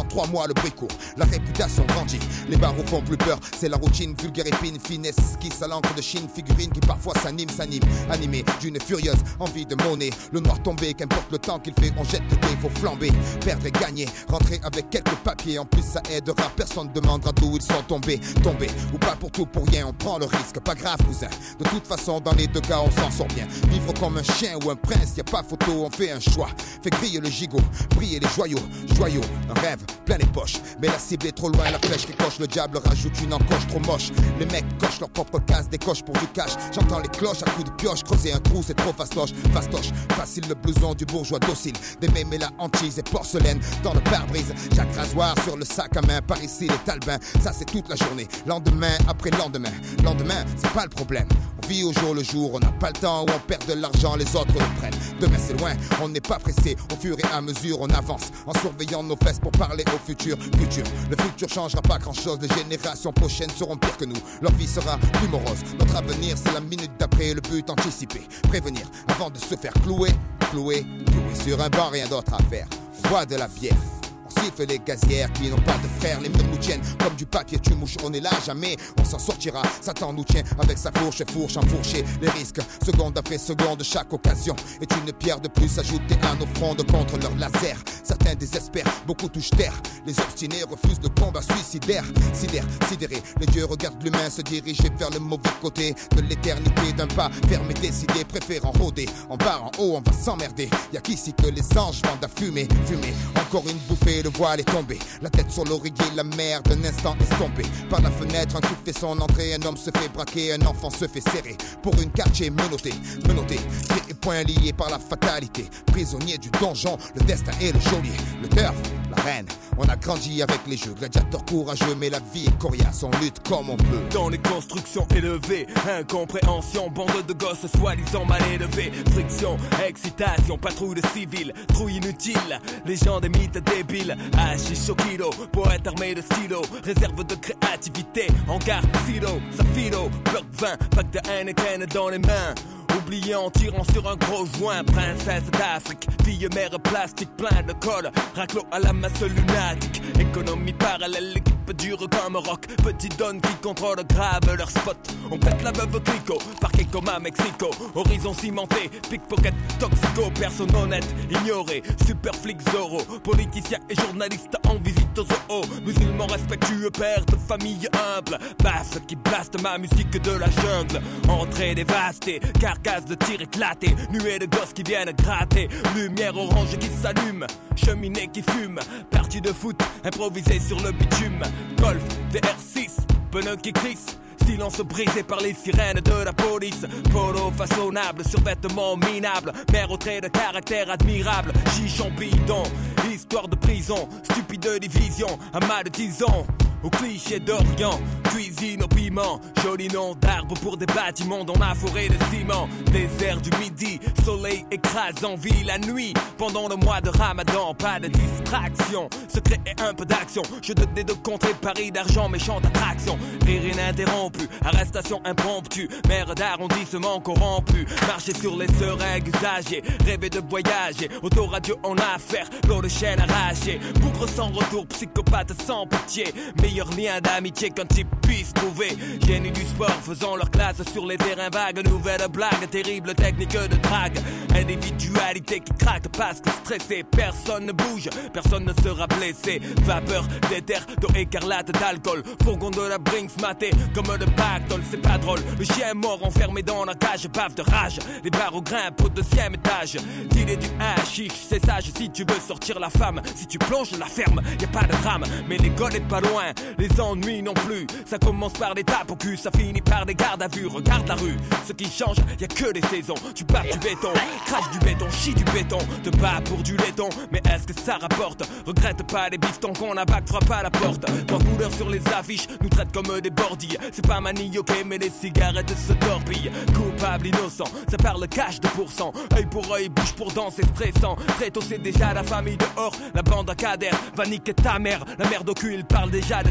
en trois mois le bruit court, la réputation grandit. Les barreaux font plus peur, c'est la routine, vulgaire épine, finesse, esquisse à l'encre de Chine, figurine qui parfois s'anime, s'anime, animé d'une furieuse envie de monnaie. Le noir tombé, qu'importe le temps qu'il fait, on jette le dé, faut flamber, perdre et gagner, rentrer avec quelques papiers, en plus ça aidera, personne demandera d'où ils sont tombés, tombés, ou pas pour tout pour rien, on prend le risque, pas grave cousin, de toute façon dans les deux cas on s'en sort bien, vivre comme un chien ou un prince, y a pas photo, on fait un choix, fait griller le gigot, briller les joyaux, joyaux, un rêve, plein les poches, mais la cible est trop loin, la flèche qui coche, le diable rajoute une encoche trop moche, les mecs cochent leur propre case, décochent pour du cash, j'entends les cloches à coups de pioche, creuser un trou c'est trop fastoche, fastoche, facile le blouson du bourgeois docile, des mémés la hantise et porcelaine dans le pare-brise, chaque rasoir sur le sac à main, par ici les talbins, ça c'est toute la journée, lendemain après lendemain, lendemain c'est pas le problème, on vit au jour le jour, on n'a pas le temps où on perd de l'argent, les autres le prennent, demain c'est loin, on n'est pas pressé, au fur et à mesure on avance, en surveillant nos fesses pour parler au futur, futur, le futur changera pas grand chose, les générations prochaines seront pires que nous, leur vie sera plus morose, notre avenir c'est la minute d'après, le but anticipé, prévenir avant de se faire clouer, clouer, clouer sur un banc, rien d'autre à faire, bois de la bière. Siffle les gazières qui n'ont pas de fer, les murs nous tiennent comme du papier, tu mouches, on est là, jamais on s'en sortira, Satan nous tient avec sa fourche et fourche enfourchée, les risques, seconde après seconde, chaque occasion est une pierre de plus ajoutée à nos frondes contre leur laser, certains désespèrent, beaucoup touchent terre, les obstinés refusent le combat suicidaire, sidère, sidéré, les dieux regardent l'humain se diriger vers le mauvais côté de l'éternité, d'un pas fermé, décidé, préférant rôder, en bas, en haut, on va s'emmerder, y'a qu'ici que les anges vendent à fumer, fumer, encore une bouffée, le voile est tombé, la tête sur l'oreiller, la mer d'un instant estompée. Par la fenêtre, un truc fait son entrée, un homme se fait braquer, un enfant se fait serrer. Pour une quartier menottée, menottée, pieds et poings liés par la fatalité. Prisonnier du donjon, le destin est le geôlier, le turf, la reine. On a grandi avec les jeux, gladiateurs courageux, mais la vie est coriace, on lutte comme on peut. Dans les constructions élevées, incompréhension, bande de gosses soi-disant mal élevés, friction, excitation, patrouille de civils, trouille inutile, les gens des mythes débiles, hachiche au kilo, poète armé de stylo, réserve de créativité, hangar, silo, safilo, bloc vingt, pack de Heineken dans les mains. Oublié en tirant sur un gros joint, princesse d'Afrique, fille mère plastique, plein de colle, raclo à la masse lunatique, économie parallèle, l'équipe dure comme rock, petite donne qui contrôle grave leur spot. On pète la veuve clico, parquet comme à Mexico, horizon cimenté, pickpocket, toxico, personne honnête, ignoré, super flic Zorro, politicien et journaliste en visite au zoo, musulman respectueux, père de famille humble, basse qui blaste ma musique de la jungle, entrée dévastée, carcasse de tir éclaté, nuée de gosses qui viennent gratter, lumière orange qui s'allume, cheminée qui fume, partie de foot improvisée sur le bitume, golf, V R six, pneus qui crissent, silence brisé par les sirènes de la police, polo façonnable, survêtement minable, mère au trait de caractère admirable, chichon bidon, histoire de prison, stupide division, amas de tisons, au cliché d'Orient, cuisine au piment, joli nom d'arbre pour des bâtiments dans la forêt de ciment, désert du midi, soleil écrasant, vie la nuit, pendant le mois de Ramadan, pas de distraction, secret et un peu d'action, jeu de dés de contrée, pari d'argent, méchante attraction, rire ininterrompu, arrestation impromptue, maire d'arrondissement corrompu, marcher sur les seringues usagées, rêver de voyager, autoradio en affaires, l'eau de chaîne arrachée, bougre sans retour, psychopathe sans pitié, meilleur lien d'amitié qu'un type puisse trouver, génie du sport faisant leur classe sur les terrains vagues, nouvelle blague, terrible technique de drague, individualité qui craque parce que stressé, personne ne bouge, personne ne sera blessé, vapeur d'éther, d'eau écarlate, d'alcool, fourgon de la Brinks maté comme le pactole, c'est pas drôle, le chien mort enfermé dans la cage, bave de rage, les barreaux grimpent au deuxième étage, dealer du hashish, c'est sage si tu veux sortir la femme, si tu plonges la ferme, y a pas de drame, mais l'école est pas loin, les ennuis non plus, ça commence par des tapes au cul, ça finit par des gardes à vue, regarde la rue, ce qui change, y a que les saisons, tu bats du béton, crache du béton, chie du béton, te bats pour du laiton, mais est-ce que ça rapporte, regrette pas les bifetons qu'on abac, frappe à la porte, trois couleurs sur les affiches, nous traitent comme des bordilles, c'est pas manioqué mais les cigarettes se torpillent, coupable, innocent, ça parle cash de pourcent, œil pour œil, bouche pour dent, c'est stressant, très tôt c'est déjà la famille dehors, la bande à cadère, va niquer ta mère, la merde au cul, il parle déjà de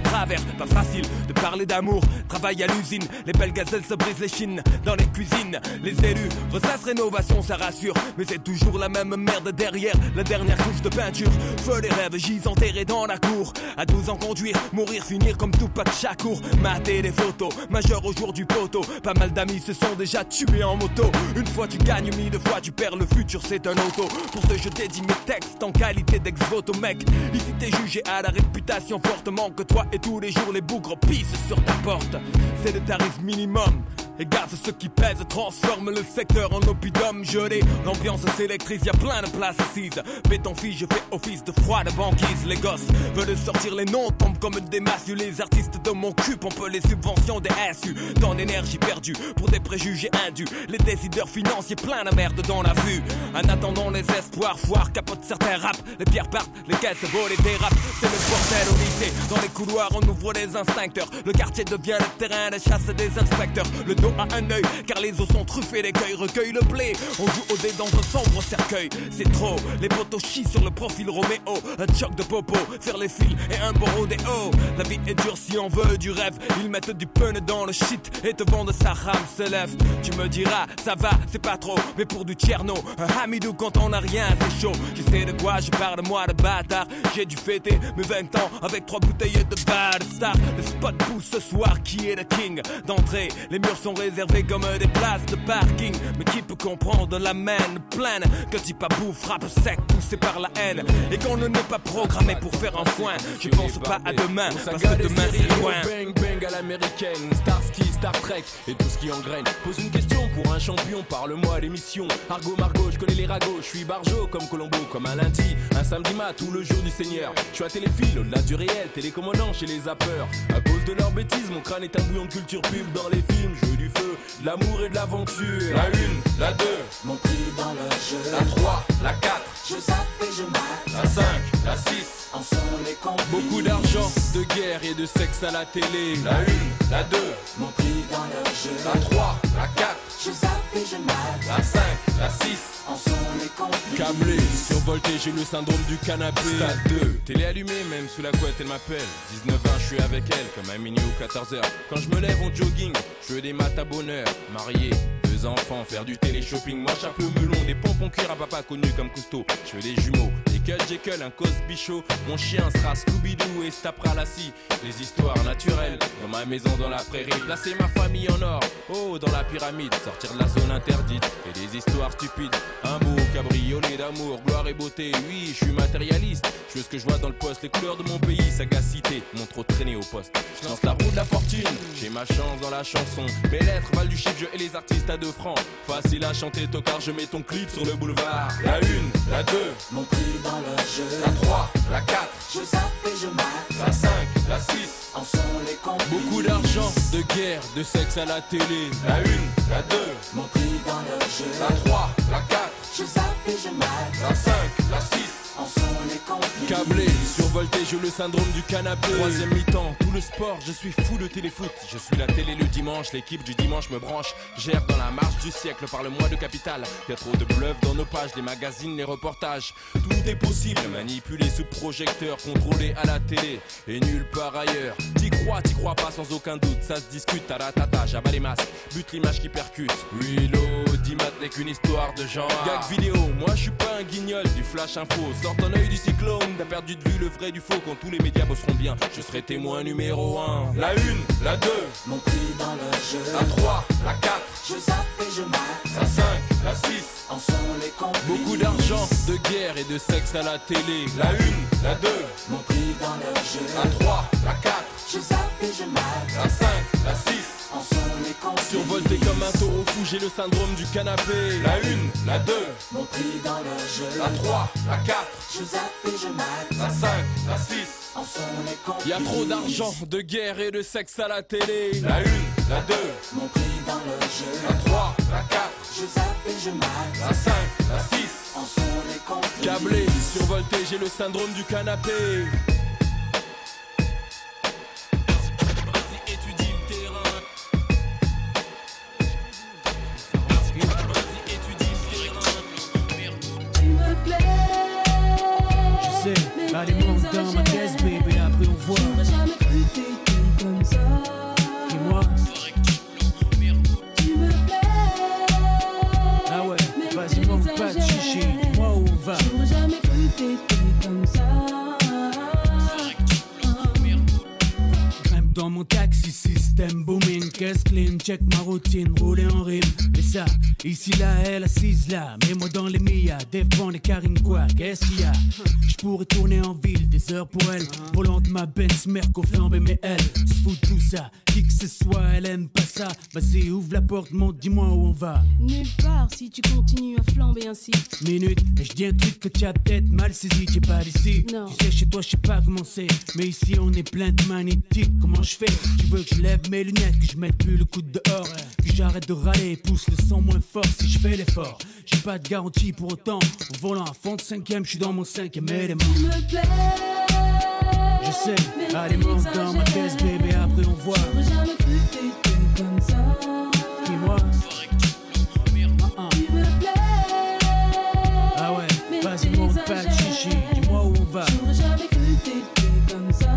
travers. Pas facile de parler d'amour, travail à l'usine. Les belles gazelles se brisent les chines dans les cuisines. Les élus ressassent rénovation, ça rassure. Mais c'est toujours la même merde derrière la dernière couche de peinture. Feu les rêves, gis enterrés dans la cour. À douze ans conduire, mourir, finir comme Tupac Shakur. Mater les photos, majeur au jour du poteau. Pas mal d'amis se sont déjà tués en moto. Une fois tu gagnes, mille fois tu perds, le futur c'est un auto. Pour ce je dédie mes textes en qualité d'ex-voto mec. Ici t'es jugé à la réputation fortement que toi et tous les jours les bougres pissent sur ta porte. C'est le tarif minimum. Et garde ceux qui pèsent, transforme le secteur en oppidum gelé. L'ambiance s'électrise, y'a plein de places assises. Béton fille, je fais office de froide banquise. Les gosses veulent sortir les noms, tombent comme des massues. Les artistes de mon cul pompent les subventions des S U. Tant d'énergie perdue pour des préjugés indus. Les décideurs financiers plein de merde dans la vue. En attendant les espoirs, foire capote certains rap. Les pierres partent, les caisses volent et dérapent. C'est le bordel au lycée. Dans les couloirs on ouvre les instincteurs. Le quartier devient le terrain de chasse des inspecteurs. Le dos à un œil, car les os sont truffés, l'écueil recueille le blé. On joue au dé dans un sombre cercueil. C'est trop, les potos chient sur le profil Roméo. Un choc de popo, faire les fils et un bon rodéo. La vie est dure si on veut du rêve. Ils mettent du pun dans le shit et te vendent sa rame se lève. Tu me diras, ça va, c'est pas trop. Mais pour du tcherno, un hamidou quand on a rien, c'est chaud. Je sais de quoi je parle, moi de bâtard. J'ai dû fêter mes vingt ans avec trois bouteilles de bad star. Le spot pousse ce soir, qui est le king d'entrée. Les murs sont réservés comme des places de parking. Mais qui peut comprendre la main pleine que tu pas bouffe, frappe sec, poussé par la haine. Et qu'on ne n'est pas programmé pour faire un foin. Je pense pas à demain, parce que demain c'est loin. Bang bang à l'américaine, Starsky, Star Trek et tout ce qui engraine. Pose une question pour un champion, parle-moi à l'émission. Argot Margot, je connais les ragots, je suis barjo comme Colombo, comme un lundi, un samedi mat ou le jour du Seigneur. Je suis à téléphile, au-delà du réel, télécommandant chez les zappeurs. À cause de leurs bêtises, mon crâne est un bouillon de culture pub dans les films. Je veux du feu, de l'amour et de l'aventure. La une, la deux, mon prix dans le jeu. la trois, la quatre, Je zappe et je mate. la cinq, la six, En sont les complices. Beaucoup d'argent, de guerre et de sexe à la télé. la une, la deux, Mon prix dans le jeu. la trois, la quatre, Je zappe et je mate. la cinq, la six, En sont les complices. Câblé, survolté, j'ai le syndrome du canapé. Stade deux, télé allumée, même sous la couette elle m'appelle. dix-neuf ans, je suis avec elle, comme à minuit ou quatorze heures. Quand je me lève en jogging, je veux des maths à bonheur. Marié, deux enfants, faire du télé-shopping. Moi chape le melon, des pompons cuir à papa connu comme Cousteau. Je veux des jumeaux, des Cut Jekyll, un Cosby Show. Mon chien sera Scooby-Doo et se tapera la scie. Les histoires naturelles, dans ma maison dans la prairie. Placer ma famille en or, oh dans la pyramide. Sortir de la zone interdite, et des histoires stupides. Un beau cabriolet d'amour, gloire et beauté. Oui, je suis matérialiste, je veux ce que je vois dans le poste. Les couleurs de mon pays, sagacité, m'ont trop traîné au poste. Je lance la roue de la fortune, j'ai ma chance dans la chanson. Mes lettres valent du chiffre, je et les artistes à deux francs. Facile à chanter, tocard, je mets ton clip sur le boulevard. la une, la deux, Mon prix dans le jeu. la trois, la quatre, Je zappe et je mate. la cinq, la six, En sont les complices. Beaucoup d'argent, de guerre, de sexe à la télé. la une, la deux, Mon prix dans le jeu. la trois, la quatre, Je zappe et je mate. la cinq, la six, En sont les complices. Câblé, survolté, j'ai le syndrome du canapé. Troisième mi-temps, tout le sport, je suis fou de téléfoot. Je suis la télé le dimanche, l'équipe du dimanche me branche. Gère dans la marche du siècle, parle-moi de capital. Y'a trop de bluff dans nos pages, les magazines, les reportages. Tout est possible, manipulé sous projecteur, contrôlé à la télé et nulle part ailleurs. T'y crois, t'y crois pas sans aucun doute, ça se discute à la tata, j'abats les masques, bute l'image qui percute. Reload, Dimat n'est qu'une histoire de genre. Gag vidéo, moi je suis pas un guignol du flash info. Sors ton œil du cyclone, t'as perdu de vue le vrai du faux. Quand tous les médias bosseront bien, je serai témoin numéro un. la une, la deux, Mon prix dans le jeu. la trois, la quatre, Je zappe et je mate. la cinq, la six, En sont les complices. Beaucoup d'argent, de guerre et de sexe à la télé. la une, la deux, Mon prix dans le jeu. la trois, la quatre, Je zappe et je mate. la cinq, la six, En sont les complices. Survolté comme un taureau fou, j'ai le syndrome du canapé. la une, la deux, Mon prix dans le jeu. la trois, la quatre, Je zappe et je mate. la cinq, la six, En sont les complices. Y'a trop d'argent, de guerre et de sexe à la télé. la une, la deux, Mon prix dans le jeu. la trois, la quatre, Je zappe et je mate. la cinq, la six, En sont les complices. Câblé, survolté, j'ai le syndrome du canapé. Vas-y, étudie le terrain. Vas-y, étudie le terrain. Tu me plais. Je sais, allez monte dans ma caisse, baby, après on voit. J'aurais jamais cru que en taxi, système booming, caisse clean, check ma routine, rouler en rime. Et ça, ici là, elle assise là, mets moi dans les Mia, défend les carines quoi, qu'est-ce qu'il y a? J'pourrais tourner en ville, des heures pour elle, volant de ma Benz, Merco flambé, mais elle se fout de tout ça, qui que ce soit, elle aime pas ça. Vas-y, ouvre la porte, monte, dis-moi où on va. Nulle part si tu continues à flamber ainsi. Minute, et je dis un truc que tu as peut-être mal saisi, t'es pas d'ici. Non. Tu sais, chez toi, je sais pas comment c'est, mais ici on est plein de magnétiques. Comment je fais? Tu veux que je lève mes lunettes, que je mette plus le coude dehors, que j'arrête de râler, pousse le son moins fort si je fais l'effort. J'ai pas de garantie pour autant, au volant à fond de cinquième, je suis dans mon cinquième élément. Tu me plais, je sais, allez monte dans ma caisse bébé, après on voit. j'aurais jamais cru que t'étais comme ça. Qui moi? uh-uh. Tu me plais, Ah ouais, vas-y monte pas de chichi, dis-moi où on va. j'aurais jamais cru que t'étais comme ça.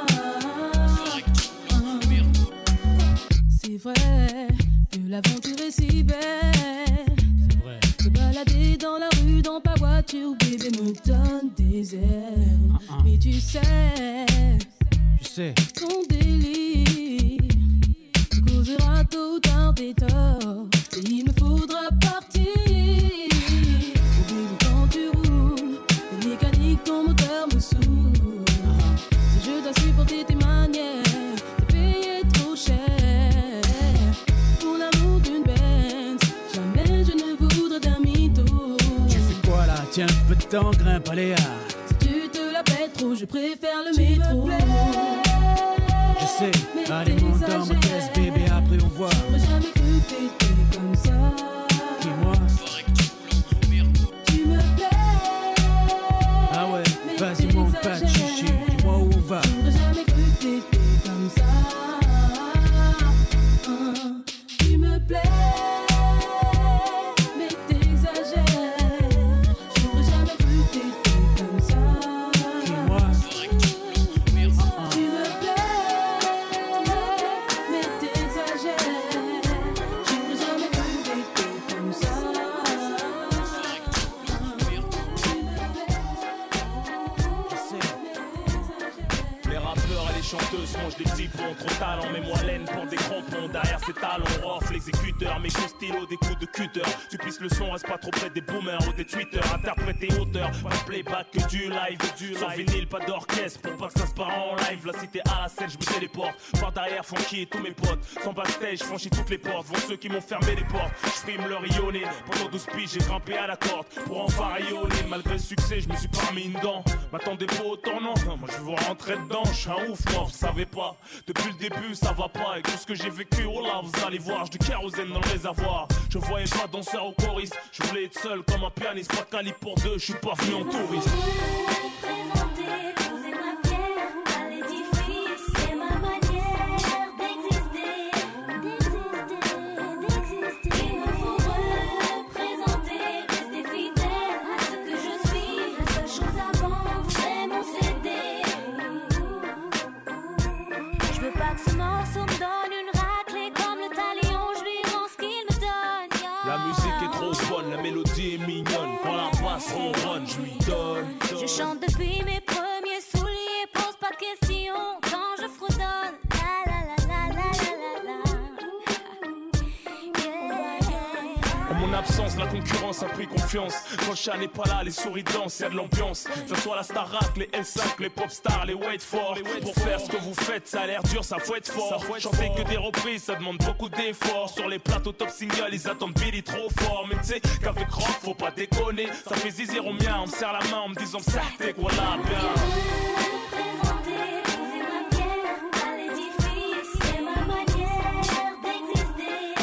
C'est vrai que l'aventure est si belle. C'est vrai. Se balader dans la rue, dans ta voiture, bébé me donne des ailes. Uh-uh. Mais tu sais, Je sais, ton délit te causera tôt ou tard des torts. Et il me faudra partir. Oh bébé, quand tu roules, les mécaniques, ton moteur me saoule. Si je dois supporter tes manières, t'as payé trop cher. Pour l'amour d'une Benz, jamais je ne voudrais d'un mytho. tu fais quoi là? Tiens un peu de temps, grimpe, allez ah. Si tu te la pètes trop, je préfère le métro. Je sais, allez monte dans ma caisse bébé, après on voit. J'aurais jamais cru que t'étais comme ça. Qui moi? Tu me plais. Ah ouais, vas-y monte pas de chichi, dis-moi où on va. J'aurais jamais cru que t'étais comme ça. Hein, tu me plais, mais t'exagères. J'aurais jamais cru que t'étais comme ça. Qui moi? Tu me plais, mais t'exagères. J'aurais jamais cru que t'étais comme ça. Les rappeurs et les chanteuses mangent des petits ponts, trop talent, mets-moi laine pour des crampons. Derrière ces talons, off l'exécuteur, mes coups stylo, des coups de cutter. Tu pisses le son, reste pas trop près des boomers ou des tweeters. Interpréter auteur, pas de playback que du live, du sur vinyle, pas d'orchestre pour pas que ça se part en live. La cité à la scène, je me téléporte. Par derrière, funky et tous mes potes. Sans backstage, franchis toutes les portes. Vont ceux qui m'ont fermé les portes. Je frime leur rayonner. Pendant douze piges, j'ai grimpé à la corde pour enfin rayonner. Malgré le succès, je me suis pas mis une dent. M'attendez pas au tournant, non, moi je veux rentrer dedans. Je suis un ouf, moi, vous savez pas. Depuis le début, ça va pas. Et tout ce que j'ai vécu, oh là, vous allez voir. J'ai du kérosène dans le réservoir. Je voyais pas danseur au choriste. Je voulais être seul comme un pianiste. Pas de calibre pour deux, je suis pas venu en touriste. Représenter, poser ma pierre à l'édifice, c'est ma manière d'exister, d'exister, d'exister. Il me faut représenter, rester fidèle à ce que je suis. La seule chose à vendre, c'est mon C D. Je veux pas que ce morceau me donne une raclée comme le talion, je lui rends ce qu'il me donne. La musique est trop bonne, la mélodie est mignonne. Quand la basse ronronne, je lui donne. Je chante depuis mes premiers souliers, pose pas de questions quand je fredonne. La la la la la la la la. Yeah, yeah. En mon absence, la concurrence a pris confiance. Quand le chat n'est pas là, les souris dansent, y'a de l'ambiance. Que ce soit la Starac, les L cinq, les pop stars, les wait for. Pour faire ce que vous faites, ça a l'air dur, ça faut être fort. Chanter que des reprises, ça demande beaucoup d'efforts. Sur les plateaux top single, ils attendent Billy trop fort. Mais tu sais qu'avec rock, faut pas déconner. Ça fait zizir au mien, on me serre la main en me disant ça, t'es quoi là, bien. Représenter, poser ma pierre à l'édifice, c'est ma manière d'exister.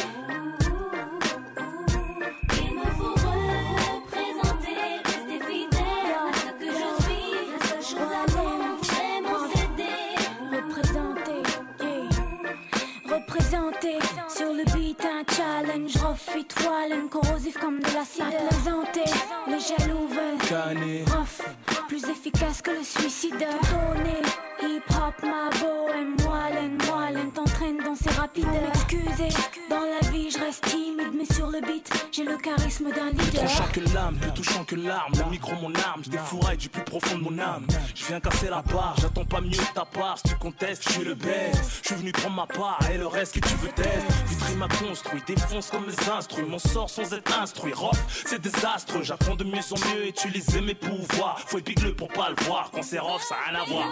Il me faut représenter, rester fidèle à ce que je suis. La seule chose à vendre, c'est mon C D. Représenter, yeah. Représenter sur le beat un challenge, rough it wallen, corrosif comme de l'acide. À plaisanter, les jaloux veulent Canet. rough, plus efficace que le suicide. Donner, hip hip-hop, ma bohème, moellenne, moellenne, t'entraîne dans ces rapides. Faut m'excuser, dans la vie je reste timide, mais sur le beat, j'ai le charisme d'un leader. Plus tranchant que l'âme, plus touchant que l'arme. Le micro mon arme, je défouraille du plus profond de mon âme. Je viens casser la barre, j'attends pas mieux de ta part. Si tu contestes, je suis le best. Je suis venu prendre ma part et le reste que tu veux test. Vitry m'a construit, défonce comme mes instruits. Mon sort sans être instruit, rock, c'est désastreux. J'apprends de mieux en mieux, utiliser mes pouvoirs. Faut être bigleux pour pas le voir, quand c'est rough, ça a rien à voir.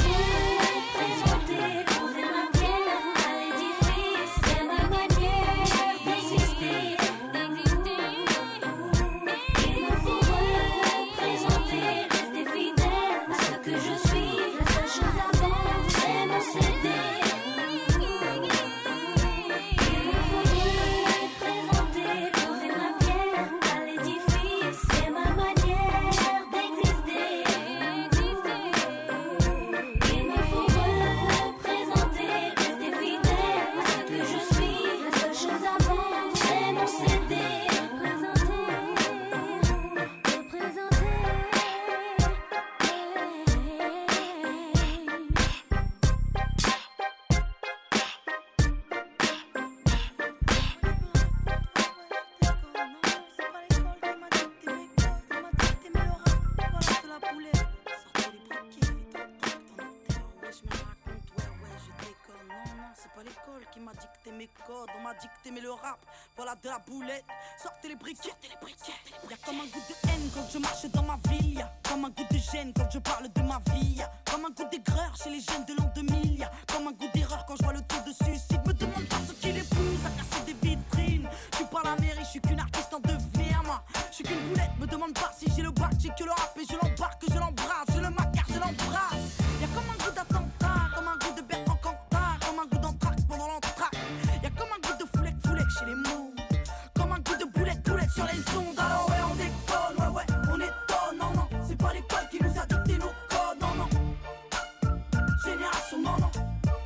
De la boulette, sortez les briquettes, sortez les briquettes. Y'a comme un goût de haine quand je marche dans ma ville. Y'a comme un goût de gêne quand je parle de ma vie. Y'a comme un goût d'aigreur chez les jeunes de l'an deux mille. Y'a comme un goût d'erreur quand je vois le taux de suicide. Me demande pas ce qui les pousse à casser des vitrines. Je suis pas la mairie, je suis qu'une artiste en devenir. Moi, je suis qu'une boulette. Me demande pas si j'ai le bac, j'ai que le rap et je l'embarque, je l'embrasse, je le macar, je l'embrasse. Y'a comme un goût d'attentat, comme un goût de Bertrand Cantat, comme un goût d'entraque pendant l'entraque. Y'a comme un goût de foulec, foulec chez les mots. Sur les ondes, alors ouais on déconne, ouais ouais on étonne, non non, c'est pas l'école qui nous a dicté nos codes, non non, génération non non,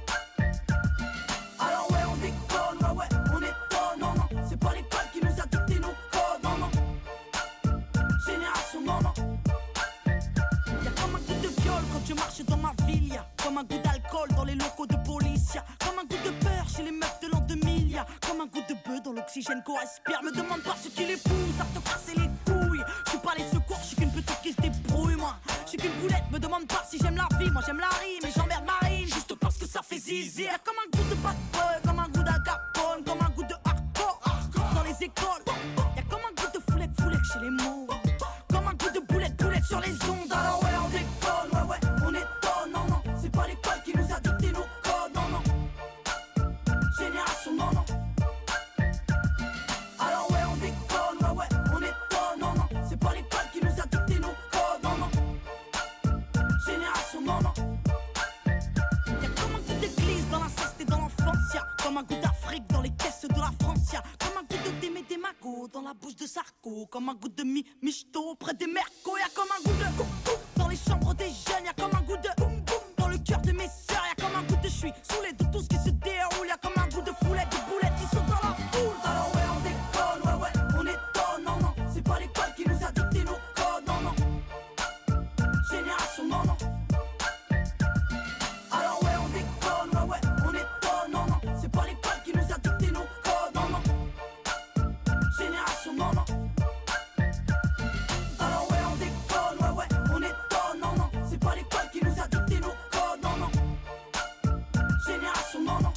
alors ouais on déconne, ouais ouais on étonne, non non, c'est pas l'école qui nous a dicté nos codes, non non, génération non non, y'a comme un goût de viol quand je marche dans ma ville, y'a comme un goût d'alcool dans les locaux de police, y'a comme un goût de peur chez les meufs de l'an deux mille, y'a comme un goût de bœuf dans l'oxygène qu'on respire. Me demande pas ce qui les pousse à te casser les couilles. Je suis pas les secours, je suis qu'une petite qui se débrouille moi. Je suis qu'une boulette, me demande pas si j'aime la vie. Moi j'aime la rime et j'emmerde Marine juste parce que ça fait zizi. Y'a comme un goût de bad boy, comme un goût d'agapone, comme un goût de hardcore dans les écoles. Y'a comme un goût de foulec, foulec chez les mots, comme un goût de boulette, boulette sur les ondes. Alors ouais on déconne, ouais ouais on étonne, non non, c'est pas l'école qui nous a dicté nos codes, non non, génération non non. Comme un goût d'Afrique dans les caisses de la France, y'a comme un goût de Démé des magots dans la bouche de Sarko, comme un goût de mi michto près des mercos, y'a comme un goût de boum boum dans les chambres des jeunes, y'a comme un goût de boum boum dans le cœur de mes sœurs, y'a comme un goût de je suis saoulé de tout ce qui se déroule, y'a comme un goût de foulette, de boulettes qui sont dans la foule. Alors ouais on déconne, ouais ouais on étonne, non non, c'est pas l'école qui nous a dicté nos codes, non non, génération non non. Alors ouais on déconne, ouais ouais on étonne, non non, c'est pas l'école qui nous a dicté nos codes, non non, génération non non. Alors ouais on déconne, ouais ouais on étonne, non non, c'est pas l'école qui nous a dicté nos codes, non non, génération non non.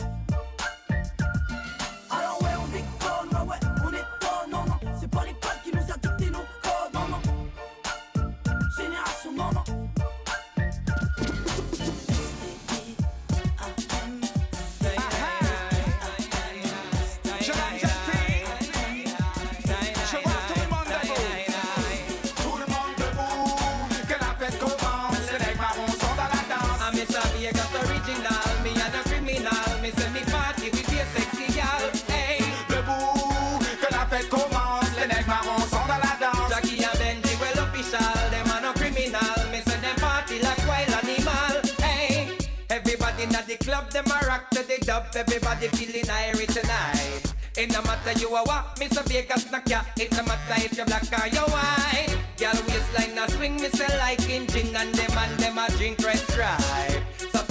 Alors ouais on déconne, ouais ouais on étonne, non non, c'est pas l'école qui nous a dicté nos codes, non non, génération non non. At the club, them a rock to the dub. Everybody feeling irie tonight. It no matter you a what, Mister Vegas knock ya. It no matter if you black or you white. Girl waistline a swing, me say like engine, and them and them a drink red stripe. So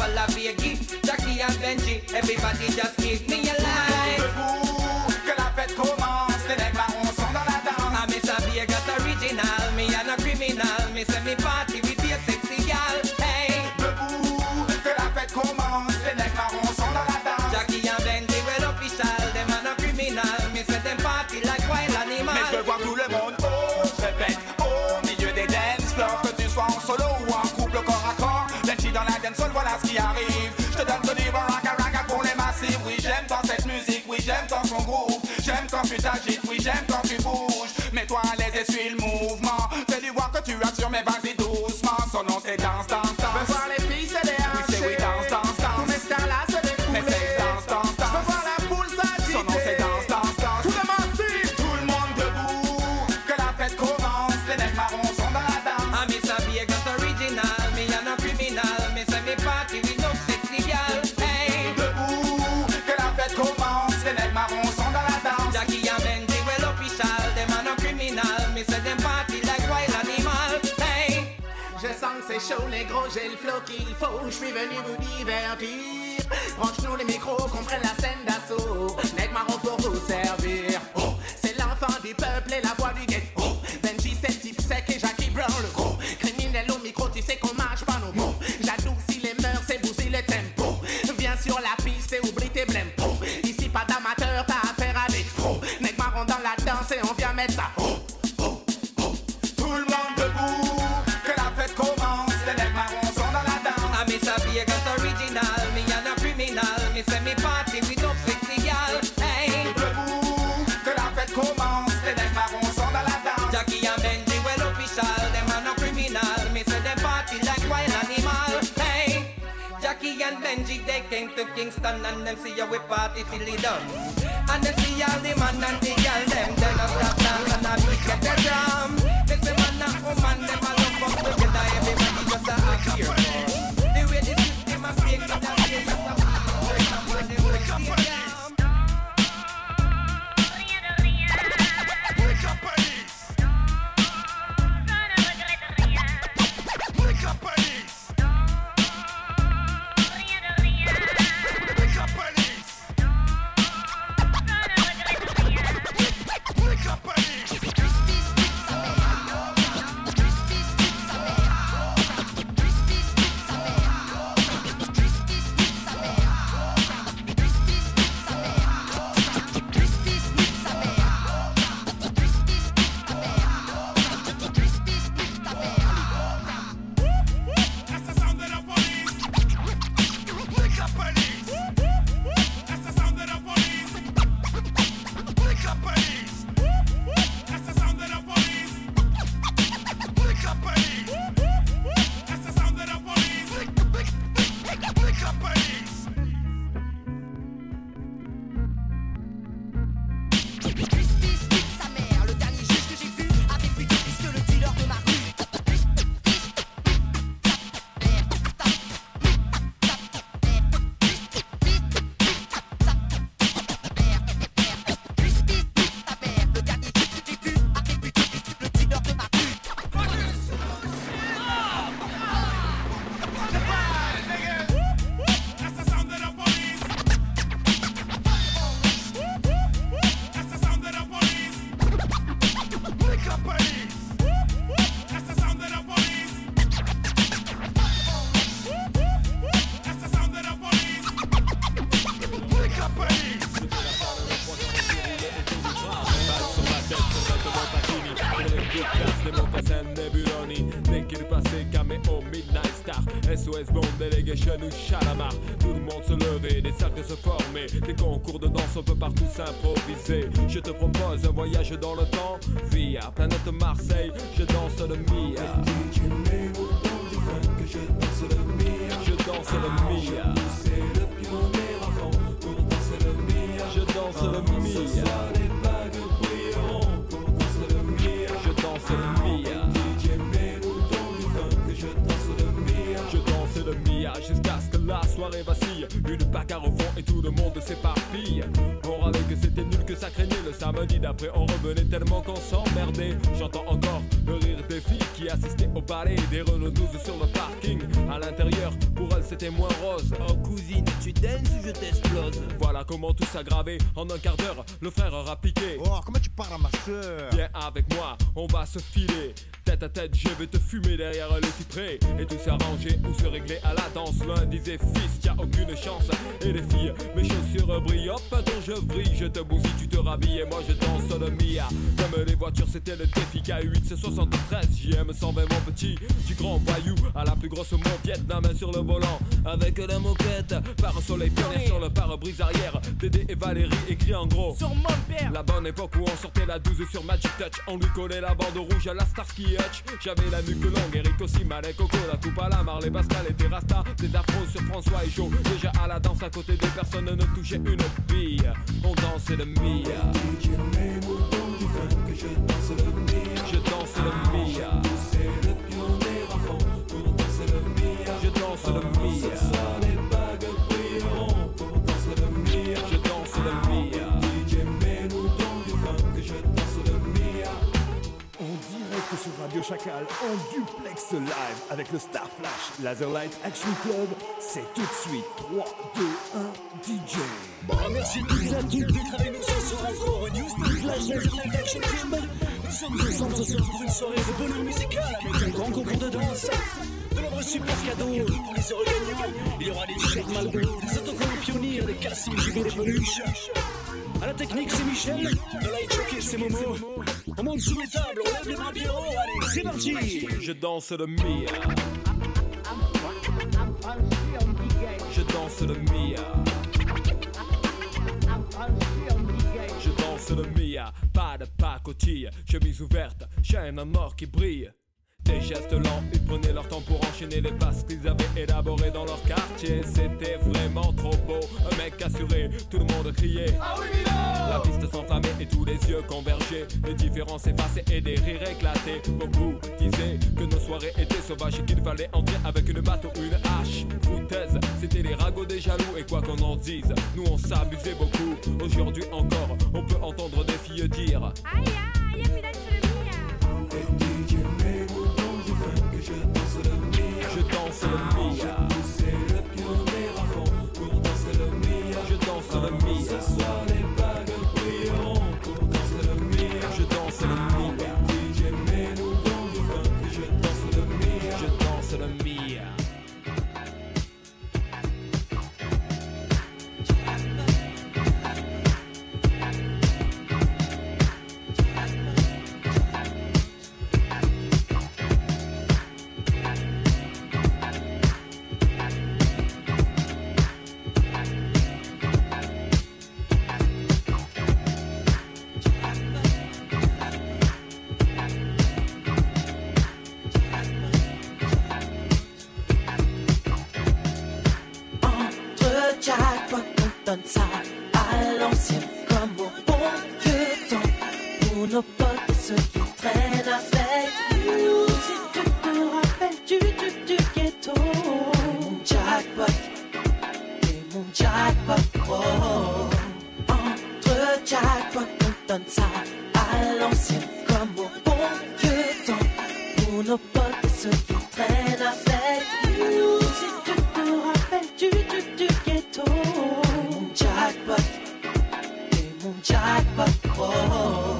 for la Viegi, Jackie and Benji. Everybody just give me a line. Debout, que la fête commence, les nègres marrons sont dans la danse. Ah, Miss Vegas original, me and a criminal. Me say me party with your sexy gal. Hey, debout, que la fête commence, les nègres marrons sont dans la danse. Jackie and Benji well official, them and a criminal. Me say them party like wild animal. Mais je veux voir tout le monde, oh, je répète, au milieu des dance floors, que tu sois en solo ou en couple corps à corps. Benji dans la dance hall, voilà ce qui arrive. Je te donne ton niveau raga raga pour les massifs. Oui, j'aime dans cette musique, oui, j'aime dans son groupe. J'aime quand tu t'agites, oui, j'aime quand tu bouges. Mets-toi à l'aise et suis le mouvement. Fais-lui voir que tu assures, mais vas-y doucement. Son nom c'est danse, danse, danse. Je veux voir les filles se déhancher. Oui, c'est oui, danse, danse, danse. Tous mes stars là se défouler. Mais c'est danse, danse, danse. Je veux voir la foule s'agiter. Son nom c'est danse, danse, danse. Tout le monde suit. Tout le monde debout. Que la fête commence. Les nègres marrons sont dans la danse. Ah, Miss Vegas original, me and a criminal. Me say me party with no sexy gal. Hey, debout. Que la fête commence. Les nègres marrons sont dans la danse. Jackie and Benji well official, them and a criminal. Me say them party like wild animal. Hey, je sens que c'est chaud les gros, j'ai le flow qu'il faut. Je suis venu vous divertir. Branche-nous les micros, qu'on prenne la scène d'assaut. Nègre marron pour vous servir. Oh, c'est l'enfant du peuple et la voix du ghetto. Oh, Benji c'est type sec et Jackie Brown le gros. Criminel au micro, tu sais qu'on marche pas nos mots. J'adoucis les mœurs et bousille le tempo. Viens sur la piste et oublie tes blempo. Ici pas d'amateur, t'as affaire à des pros. Nègre marron dans la danse et on vient mettre ça. Oh, oh, oh. Tout le monde debout. Que la fête commence. Les nègres marrons sont dans la danse. ah, Miss Vegas original, me and a criminal. Me say me party with no sexy gal. Hey, debout. Que la fête commence. Les nègres marrons sont dans la danse. Jackie and Benji well official, them and a criminal. Me say them party like wild animal. Hey, Jackie and Benji they came to Kingston and them see how we party till it done. And they see all the man and the girl them then a stop dance and a beat get the drum. They say man and woman them a love up together, everybody just a happy here. The way the system a shake to the place just a when they break the jam. Wake up, police! Wake up, police! Wake up, police! Wake up, police! S O S Bond, Delegation ou Chalamar. Tout le monde se lever, des cercles se former, des concours de danse, on peut partout s'improviser. Je te propose un voyage dans le temps, via planète Marseille, je danse le Mia. Je danse le Mia. Je danse le Mia. Je danse le Mia. Je danse le Mia. Je danse le Mia jusqu'à ce que la soirée vacille. Une bagarre au fond et tout le monde s'éparpille. On râlait que c'était nul, que ça craignait le samedi d'après on revenait tellement qu'on s'emmerdait. J'entends encore le rire des filles qui assistaient au ballet des Renault douze sur le parking. À l'intérieur, pour elles c'était moins rose. Oh cousine, tu danses ou je t'explose? Voilà comment tout s'aggravait. En un quart d'heure, le frère aura piqué. Oh, comment tu parles à ma soeur? Viens avec moi, on va se filer. Tête à tête, je vais te fumer derrière les cyprès. Et tout s'arranger ou se régler à la danse. L'un disait fils, y'a aucune chance. Et les filles, mes chaussures brillent. Hop, attends, je brille, je te bousille, tu te rhabilles. Et moi je danse le Mia. Comme les voitures, c'était le défi. K huit, c'est soixante-treize. J M cent vingt, mon petit. Du grand voyou à la plus grosse mauviette. La main sur le volant avec la moquette. Par un soleil pionnier sur le pare-brise arrière. Dédé et Valérie écrit en gros sur mon père. La bonne époque où on sortait la douze sur Magic Touch. On lui collait la bande rouge à la Starsky Hutch. J'avais la nuque longue, Eric aussi, Malek, Coco, la coupe à la Marley, Pascal et Terrasta. Des afros sur François et Joe. Déjà à la danse à côté des personnes ne touchaient une bille. On dansait le Mia. Je danse le Mia. Je danse le Mia. C'est le pionnier à fond pour danser le Mia. Je danse le Mia. Ce soir les bagues brilleront pour danser le Mia. Je danse le Mia. D J mets-nous donc du funk que je danse le Mia. En direct sur Radio Chacal, en duplex live avec le Star Flash Laserlight Action Club. C'est tout de suite trois, deux, un, D J. Bon, merci à tous et à toutes d'être avec nous ce soir encore. New Star Flash Laserlight Action Club. Nous sommes ensemble ce soir pour une soirée de bonheur musical avec un grand concours de danse. De nombreux super cadeaux pour les heureux gagnants. Il y aura des t-shirts Malboro, des autocollants pionniers, des castings gigants, des peluches. À la technique, c'est Michel. De light jockey, c'est Momo. On monte sur les tables, on lève les bras bien haut. Allez, c'est parti. Je danse le Mia. Je danse le Mia. Je danse le Mia. Pas de pacotille, chemise ouverte, chaîne en or qui brille. Des gestes lents, ils prenaient leur temps pour enchaîner les passes qu'ils avaient élaborées dans leur quartier. C'était vraiment trop beau, un mec assuré, tout le monde criait ah oui, la piste s'enflammait et tous les yeux convergeaient. Les différences effacées et des rires éclatés. Beaucoup disaient que nos soirées étaient sauvages et qu'il fallait entrer avec une batte ou une hache. Foutaise, c'était les ragots des jaloux et quoi qu'on en dise, nous on s'abusait beaucoup. Aujourd'hui encore, on peut entendre des filles dire aïe aïe, aïe, je danse le Mia. C'est le pionnier à fond pour danser le Mia. Je danse le Mia. Ce soir les bagues brilleront pour danser le Mia. Je danse le Mia. D J mets-nous dans du funk. Je danse le Mia. Je danse le Mia. Ça à l'ancienne comme au bon vieux temps. Pour nos potes et ceux qui traînent avec nous. Si tu te rappelles du, du, du ghetto. Mon jackpot et mon jackpot pro. Entre jackpot on donne ça à l'ancienne comme au bon vieux temps. Pour nos potes et ceux qui traînent avec nous. Si tu te rappelles du, du, du ghetto. Jackpot et mon jackpot pro.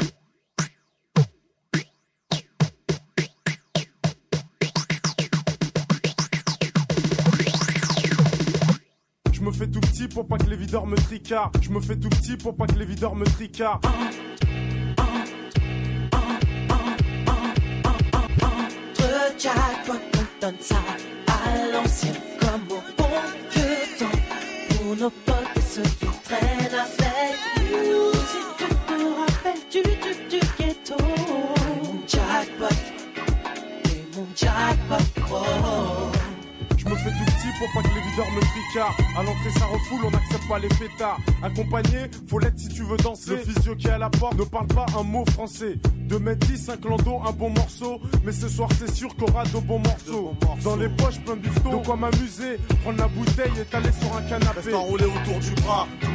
Je me fais tout petit pour pas que les videurs me tricardent. Je me fais tout petit pour pas que les videurs me tricardent. Entre jackpot on donne ça à l'ancienne comme au bon vieux temps. Pour nos potes et ceux qui traînent avec nous. Si tu te rappelles du, du, du ghetto. Mon jackpot et mon jackpot pro. Je me fais tout petit pour pas que les videurs me tricardent. À l'entrée ça refoule, on n'accepte pas les fêtards. Accompagné, faut l'être si tu veux danser. Le physio qui est à la porte ne parle pas un mot français. deux mètres dix, un clando, un bon morceau. Mais ce soir c'est sûr qu'il y aura de bons morceaux. Dans les poches plein de bifton, de quoi m'amuser. Prendre la bouteille et t'aller sur un canapé. Reste enroulé autour du bras, tout le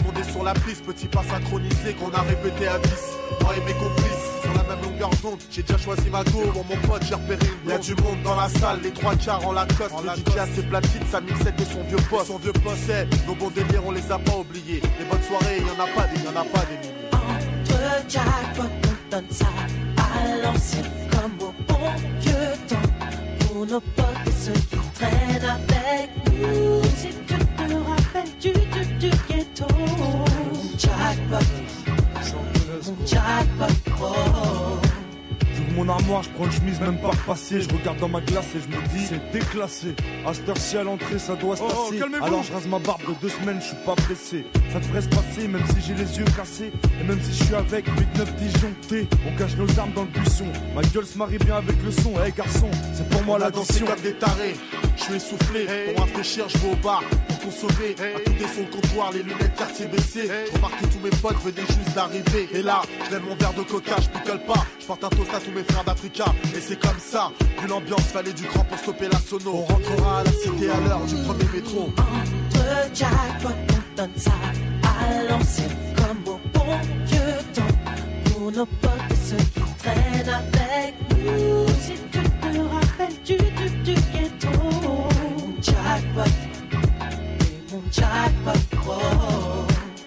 monde est sur la piste, petit pas synchronisé qu'on a répété à dix. Moi et mes complices, sur la même longueur d'onde. J'ai déjà choisi ma go, bon, mon pote j'ai repéré une. Y'a du monde dans la salle, les trois quarts en Lacoste. Le D J a ses platines, sa mixette de son vieux poste. Son vieux poste, c'est nos bons délires, on les a pas oubliés. Les bonnes soirées, y'en a pas des, y'en a pas des milliers. Entre jackpot, on donne ça à l'ancienne comme au bon vieux temps. Pour nos potes et ceux qui traînent avec nous. Si tu te rappelles du, du, du ghetto. Mon jackpot, mon jackpot, oh. J'ouvre mon armoire, je prends une chemise même pas repassée. Je regarde dans ma glace et je me dis c'est déclassé. À cette heure-ci à l'entrée ça doit se tasser. Oh, alors je rase ma barbe de deux semaines, je suis pas pressé. Ça devrait se passer même si j'ai les yeux cassés. Et même si je suis avec huit neuf disjonctés. On cache nos armes dans le buisson. Ma gueule se marie bien avec le son. Hey garçon, c'est pour moi l'addition. Comme des tarés, je suis essoufflé. Hey. Pour rafraîchir, je vais au bar pour consommer. Hey. À tout des sons comptoir, les lunettes quartier baissées. Hey. Je remarque que tous mes potes venaient juste d'arriver. Et là, je lève mon verre de coca, je picole pas. Je porte un toast à tous mes frères d'Africa. Et c'est comme ça, vu l'ambiance, fallait du cran pour stopper la sono. On rentrera à la cité à l'heure du premier métro. Entre jackpot, on donne ça à l'ancienne comme au bon vieux temps. Pour nos potes et ceux qui traînent avec nous. Si tu te rappelles du, du, du ghetto. Mon jackpot, et mon jackpot, oh.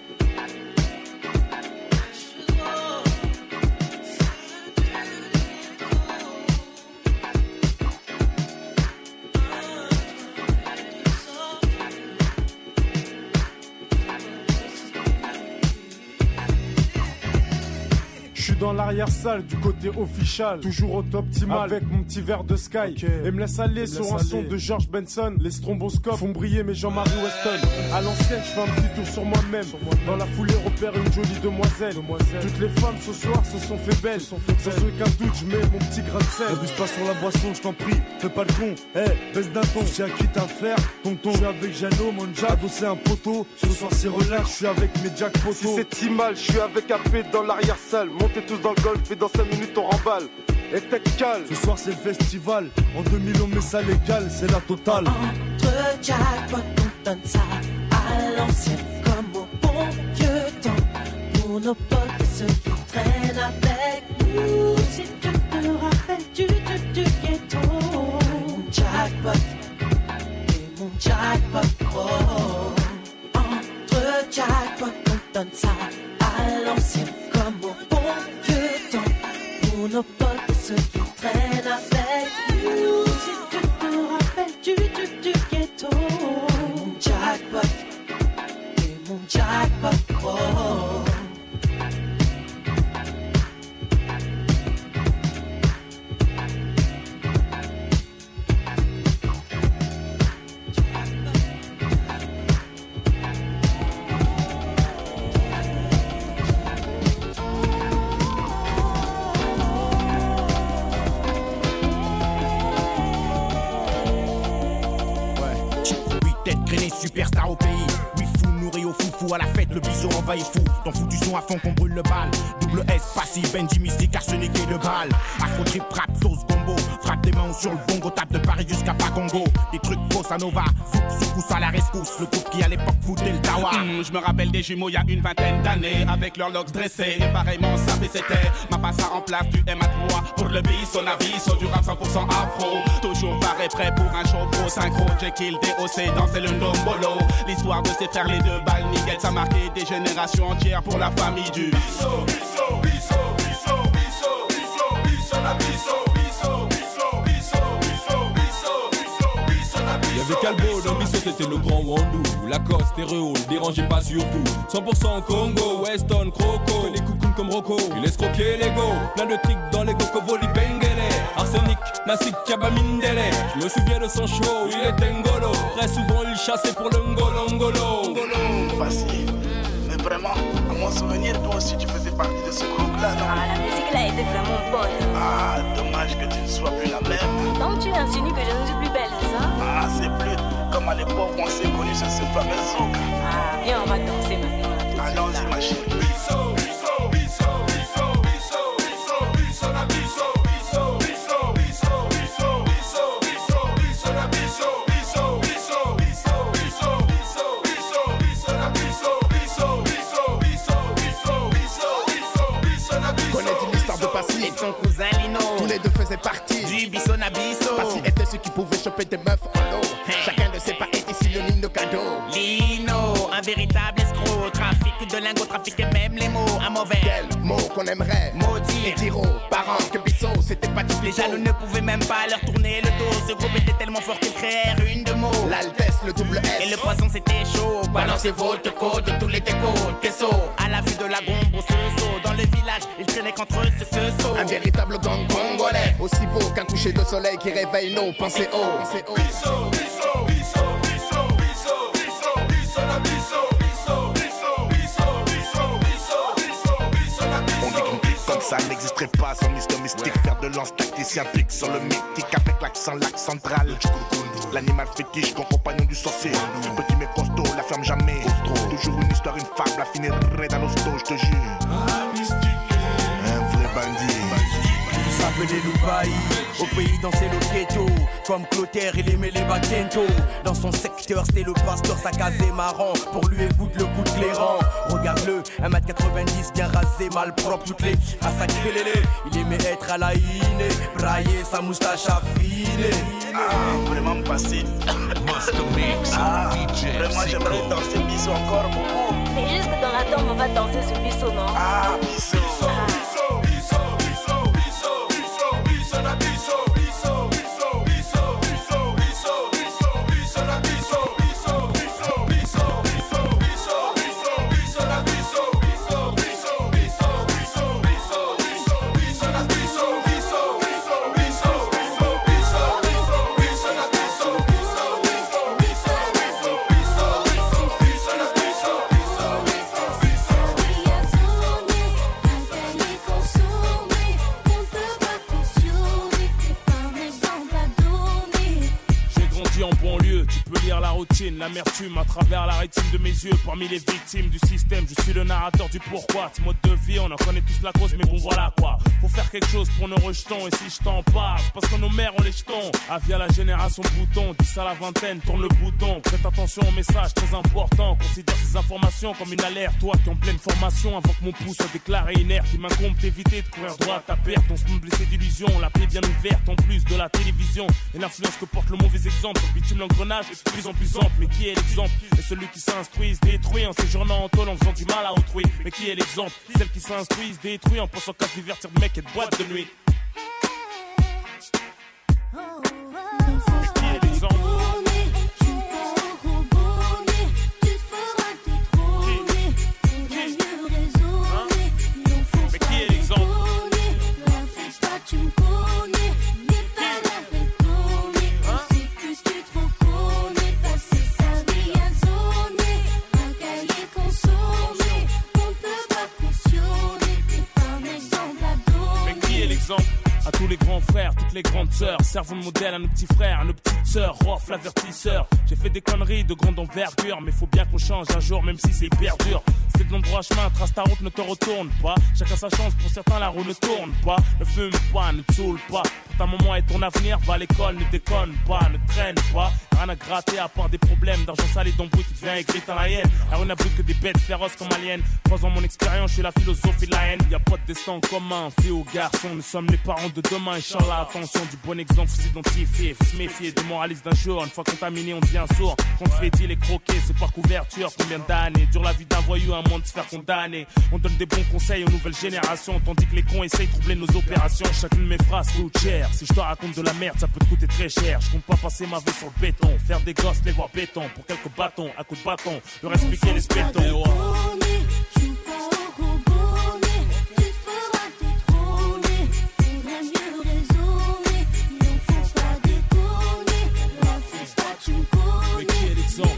Dans l'arrière-salle du côté official, toujours au top optimal avec mon petit verre de Sky. Okay. Et me laisse aller me sur laisse un aller. Son de George Benson. Les stromboscopes font briller mes Jean-Marie Weston. À l'ancienne, je fais un petit tour sur moi-même. Sur moi Dans la foulée, repère une jolie demoiselle. demoiselle. Toutes les femmes ce soir se sont fait belles. Se sont fait Sans aucun doute, je mets mon petit grain de sel. N'abuse pas sur la boisson, je t'en prie. Fais pas le con. Eh, hey, baisse d'un ton. J'ai acquis à faire. Tonton, je suis avec Jeannot, mon Jack. Adossé un poteau. Ce soir, c'est relax. Je suis avec mes Jack poteaux. Si c'est si mal, je suis avec A P dans l'arrière-salle. Montez tous dans le golf et dans cinq minutes on remballe. Et t'es calme. Ce soir c'est le festival. En deux mille on met ça légal, c'est la totale. Entre jackpot, on donne ça à l'ancienne comme au bon vieux temps. Pour nos potes et ceux qui traînent avec nous. Si tu te rappelles du, du, du ghetto. Mon jackpot, et mon jackpot, oh. Entre jackpot, on donne ça à l'ancienne comme au bon vieux temps. Pour nos potes et ceux qui traînent avec nous. Si tu te rappelles du, du, du ghetto. Mon jackpot, et mon jackpot, oh. Superstar au pays, oui fou nourri au foufou à la fête, le bison envahit fou. Dans foutu son à fond qu'on brûle le bal. Double S, passif, Benji mystique, arsenic et de balle. Afro trip, rap, sauce, gombo. Frappe des mains sur le bongo, tape de Paris jusqu'à Pagongo. Des trucs bossa nova, souk, soukous à la rescousse. Le groupe qui à l'époque foutait le tawa. Mmh, je me rappelle des jumeaux il y a une vingtaine d'années. Avec leurs locks dressés, et pareillement sapé c'était. Ma passe en place du M A trois. Pour le bis, son avis, sur du rap cent pour cent afro. Toujours paré prêt pour un show pro synchro. Jekyll, D O C, danser le ndombolo. L'histoire de ces frères, les deux balles nickel. Ça marquait des générations entières pour la famille du bisso, bisso, bisso, bisso, bisso, bisso, bisso, la bisso, bisso, bisso, bisso, bisso, bisso, bisso, bisso, la bisso. Y'avait Calbo, dans Bisso c'était le grand Wandou. Lacoste et Réole, dérangez pas surtout. cent pour cent Congo, Weston, Croco. Les coucounes comme Rocco, il laisse croquer les go. Plein de tricks dans les cocovoli bengele. Arsenic, Nassik, Kabamindele. Je me souviens de son show, il était ngolo. Très souvent il chassait pour le ngolo ngolo. Passif, mais vraiment, à mon souvenir, toi aussi tu faisais partie de ce groupe-là, non? Ah, la musique là était vraiment bonne. Ah, dommage que tu ne sois plus la même. Donc tu insinues que je ne suis plus belle, c'est ça? Ah, c'est plus comme à l'époque où on s'est connus sur ce fameux zouk. Ah, viens, on va danser maintenant. Allons-y, ma chérie. Bisso, bisso, bisso, bisso, bisso, bisso, bisso, la bisso, bisso, bisso, bisso, bisso, bisso, bisso, bisso, la bisso, bisso, bisso, bisso, bisso, bisso, bisso, bisso, la bisso, bisso, bisso. et de son cousin Lino. Tous les deux faisaient partie du bisso na bisso. Passy était ceux qui pouvaient choper des meufs en lot. Chacun de ses pas était synonyme de cadeau. Lino, un véritable escroc. Trafic de lingots, trafiquait même les mots. Un mauvais Quel mot qu'on aimerait maudire et dire aux parents que Bisso c'était pas du Les jaloux ne pouvaient même pas leur tourner le dos. Ce groupe était tellement fort qu'ils créèrent une de mots. L'Altesse, le double S et le poisson c'était chaud. Balancez votre code de tous les décos. Queso à la vue de la gombe au ce saut. Dans le village, ils traînaient contre eux ce ce saut. Un véritable gang congolais, aussi beau qu'un coucher de soleil qui réveille nos pensées haut. Bisso, bisso, bisso, bisso, bisso, bisso, bisso, la bisso, bisso, bisso, bisso, bisso, bisso, bisso, bisso, la bisso. On dit qu'une clique comme ça n'existerait pas sans Mister Mystique. Faire de lance tacticien pique sur le mythique avec l'accent lac central. L'animal fétiche, grand compagnon du sorcier. Petit mais costaud, la ferme jamais. Toujours une histoire, une fable, la finirait dans l'hosto, je te jure. Un vrai bandit. Ils s'appelaient Loubaï, au pays dansait le ghetto. Comme Clotaire, il aimait les bakento. Dans son secteur, c'était le pasteur, sa case est marrant. Pour lui, écoute le coup de clairant. Regarde-le, un mètre quatre-vingt-dix, bien rasé, mal propre, toutes les à sa lélé. Il aimait être à la iné, brailler sa moustache affinée. Ah, vraiment passé. Master Mix, ah, D J. Vraiment, j'aimerais danser bisso encore beaucoup. Mais juste que dans la tombe, on va danser ce bisso, non? Ah, bisso. Ah. Bisso, bisso, bisso, bisso, bisso, bisso, la bisso, bisso, bisso, bisso, bisso, bisso, bisso, bisso, la bisso, bisso, bisso, bisso, bisso, bisso, bisso, bisso, la bisso, bisso, bisso, bisso, bisso, bisso, bisso, bisso, la bisso, bisso, bisso, bisso, bisso, bisso, bisso, bisso, la bisso, bisso, bisso, bisso, bisso, bisso, bisso, la bisso, En banlieue, tu peux lire la routine, l'amertume à travers la rétine de mes yeux. Parmi les victimes du système, je suis le narrateur du pourquoi. Ce mode de vie, on en connaît tous la cause, mais bon voilà quoi. Faut faire quelque chose pour nos rejetons. Et si je t'en parle, c'est parce que nos mères ont les jetons. Avis à la génération bouton, dix à la vingtaine, tourne le bouton. Prête attention au message très important. Considère ces informations comme une alerte. Toi qui es en pleine formation, avant que mon pouce soit déclaré inerte, il m'incombe d'éviter de courir droit à ta perte. On se monde blessé d'illusions, la paix bien ouverte. En plus de la télévision et l'influence que porte le mauvais exemple. Bitume l'engrenage est de plus en plus ample. Mais qui est l'exemple? Et celui qui s'instruit se détruit en séjournant en tôle en faisant du mal à autrui. Mais qui est l'exemple? Celle qui s'instruit se détruit en pensant qu'à se divertir de mecs et de boîtes de nuit. Qui est l'exemple? Mais qui est l'exemple? Tu me connais, mais pas la retourner. On sait que tu te reconnais. Passer sa vie à zoner, un cahier consommé. On ne peut pas cautionner. T'es pas un exemple à donner. Mais qui est l'exemple? À tous les grands frères, toutes les grandes sœurs, servons de modèle à nos petits frères, à nos petites sœurs, Rof, l'avertisseur. J'ai fait des conneries de grande envergure, mais faut bien qu'on change un jour, même si c'est hyper dur. C'est de l'endroit chemin, trace ta route, ne te retourne pas. Chacun sa chance, pour certains la roue ne tourne pas. Ne fume pas, ne te saoule pas. Pour ta maman et ton avenir, va à l'école, ne déconne pas, ne traîne pas. Rien à gratter à part des problèmes d'argent sale et d'embrouille qui te vient écrire dans la haine. La rue n'a plus que des bêtes féroces comme aliens. Trois ans mon expérience, je suis la philosophie de la haine. Y'a pas de destin commun, fille ou garçon. Nous sommes les parents de demain, Inch'Allah. Attention, du bon exemple, faut s'identifier, faut se méfier des moralistes d'un jour. Une fois contaminé, on devient sourd. Quand on se fait dire les croquer, c'est par couverture. Combien d'années dure la vie d'un voyou, un monde de se faire condamner. On donne des bons conseils aux nouvelles générations, tandis que les cons essayent de troubler nos opérations. Chacune de mes phrases coûte cher. Si je te raconte de la merde, ça peut te coûter très cher. Je compte pas passer ma vie sur le béton. Faire des gosses, les voir béton. Pour quelques bâtons, à coups de bâton, leur expliquer les spétons. Mais qui est l'exemple?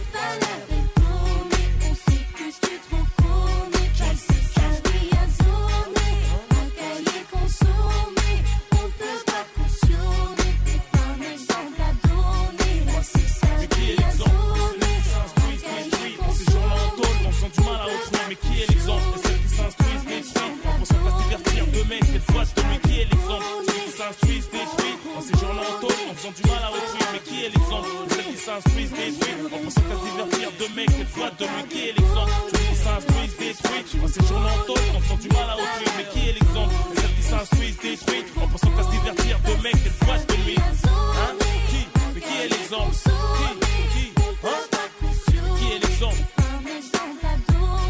Du mal à autrui, mais qui est l'exemple? Celles qui s'instruisent, détruisent, en pensant qu'à se divertir de mecs, les fois de lui, qui est l'exemple? Celles qui s'instruisent, détruisent, en séjournant en tôle, en faisant du mal à autrui, mais qui est l'exemple? Celles qui s'instruisent, détruisent, en pensant qu'à se divertir, deux mecs, des boîtes de nuit. Hein? Qui? Mais qui est l'exemple? Qui? Qui? Hein? Qui est l'exemple?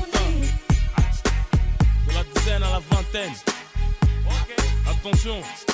De la dizaine à la vingtaine. Attention.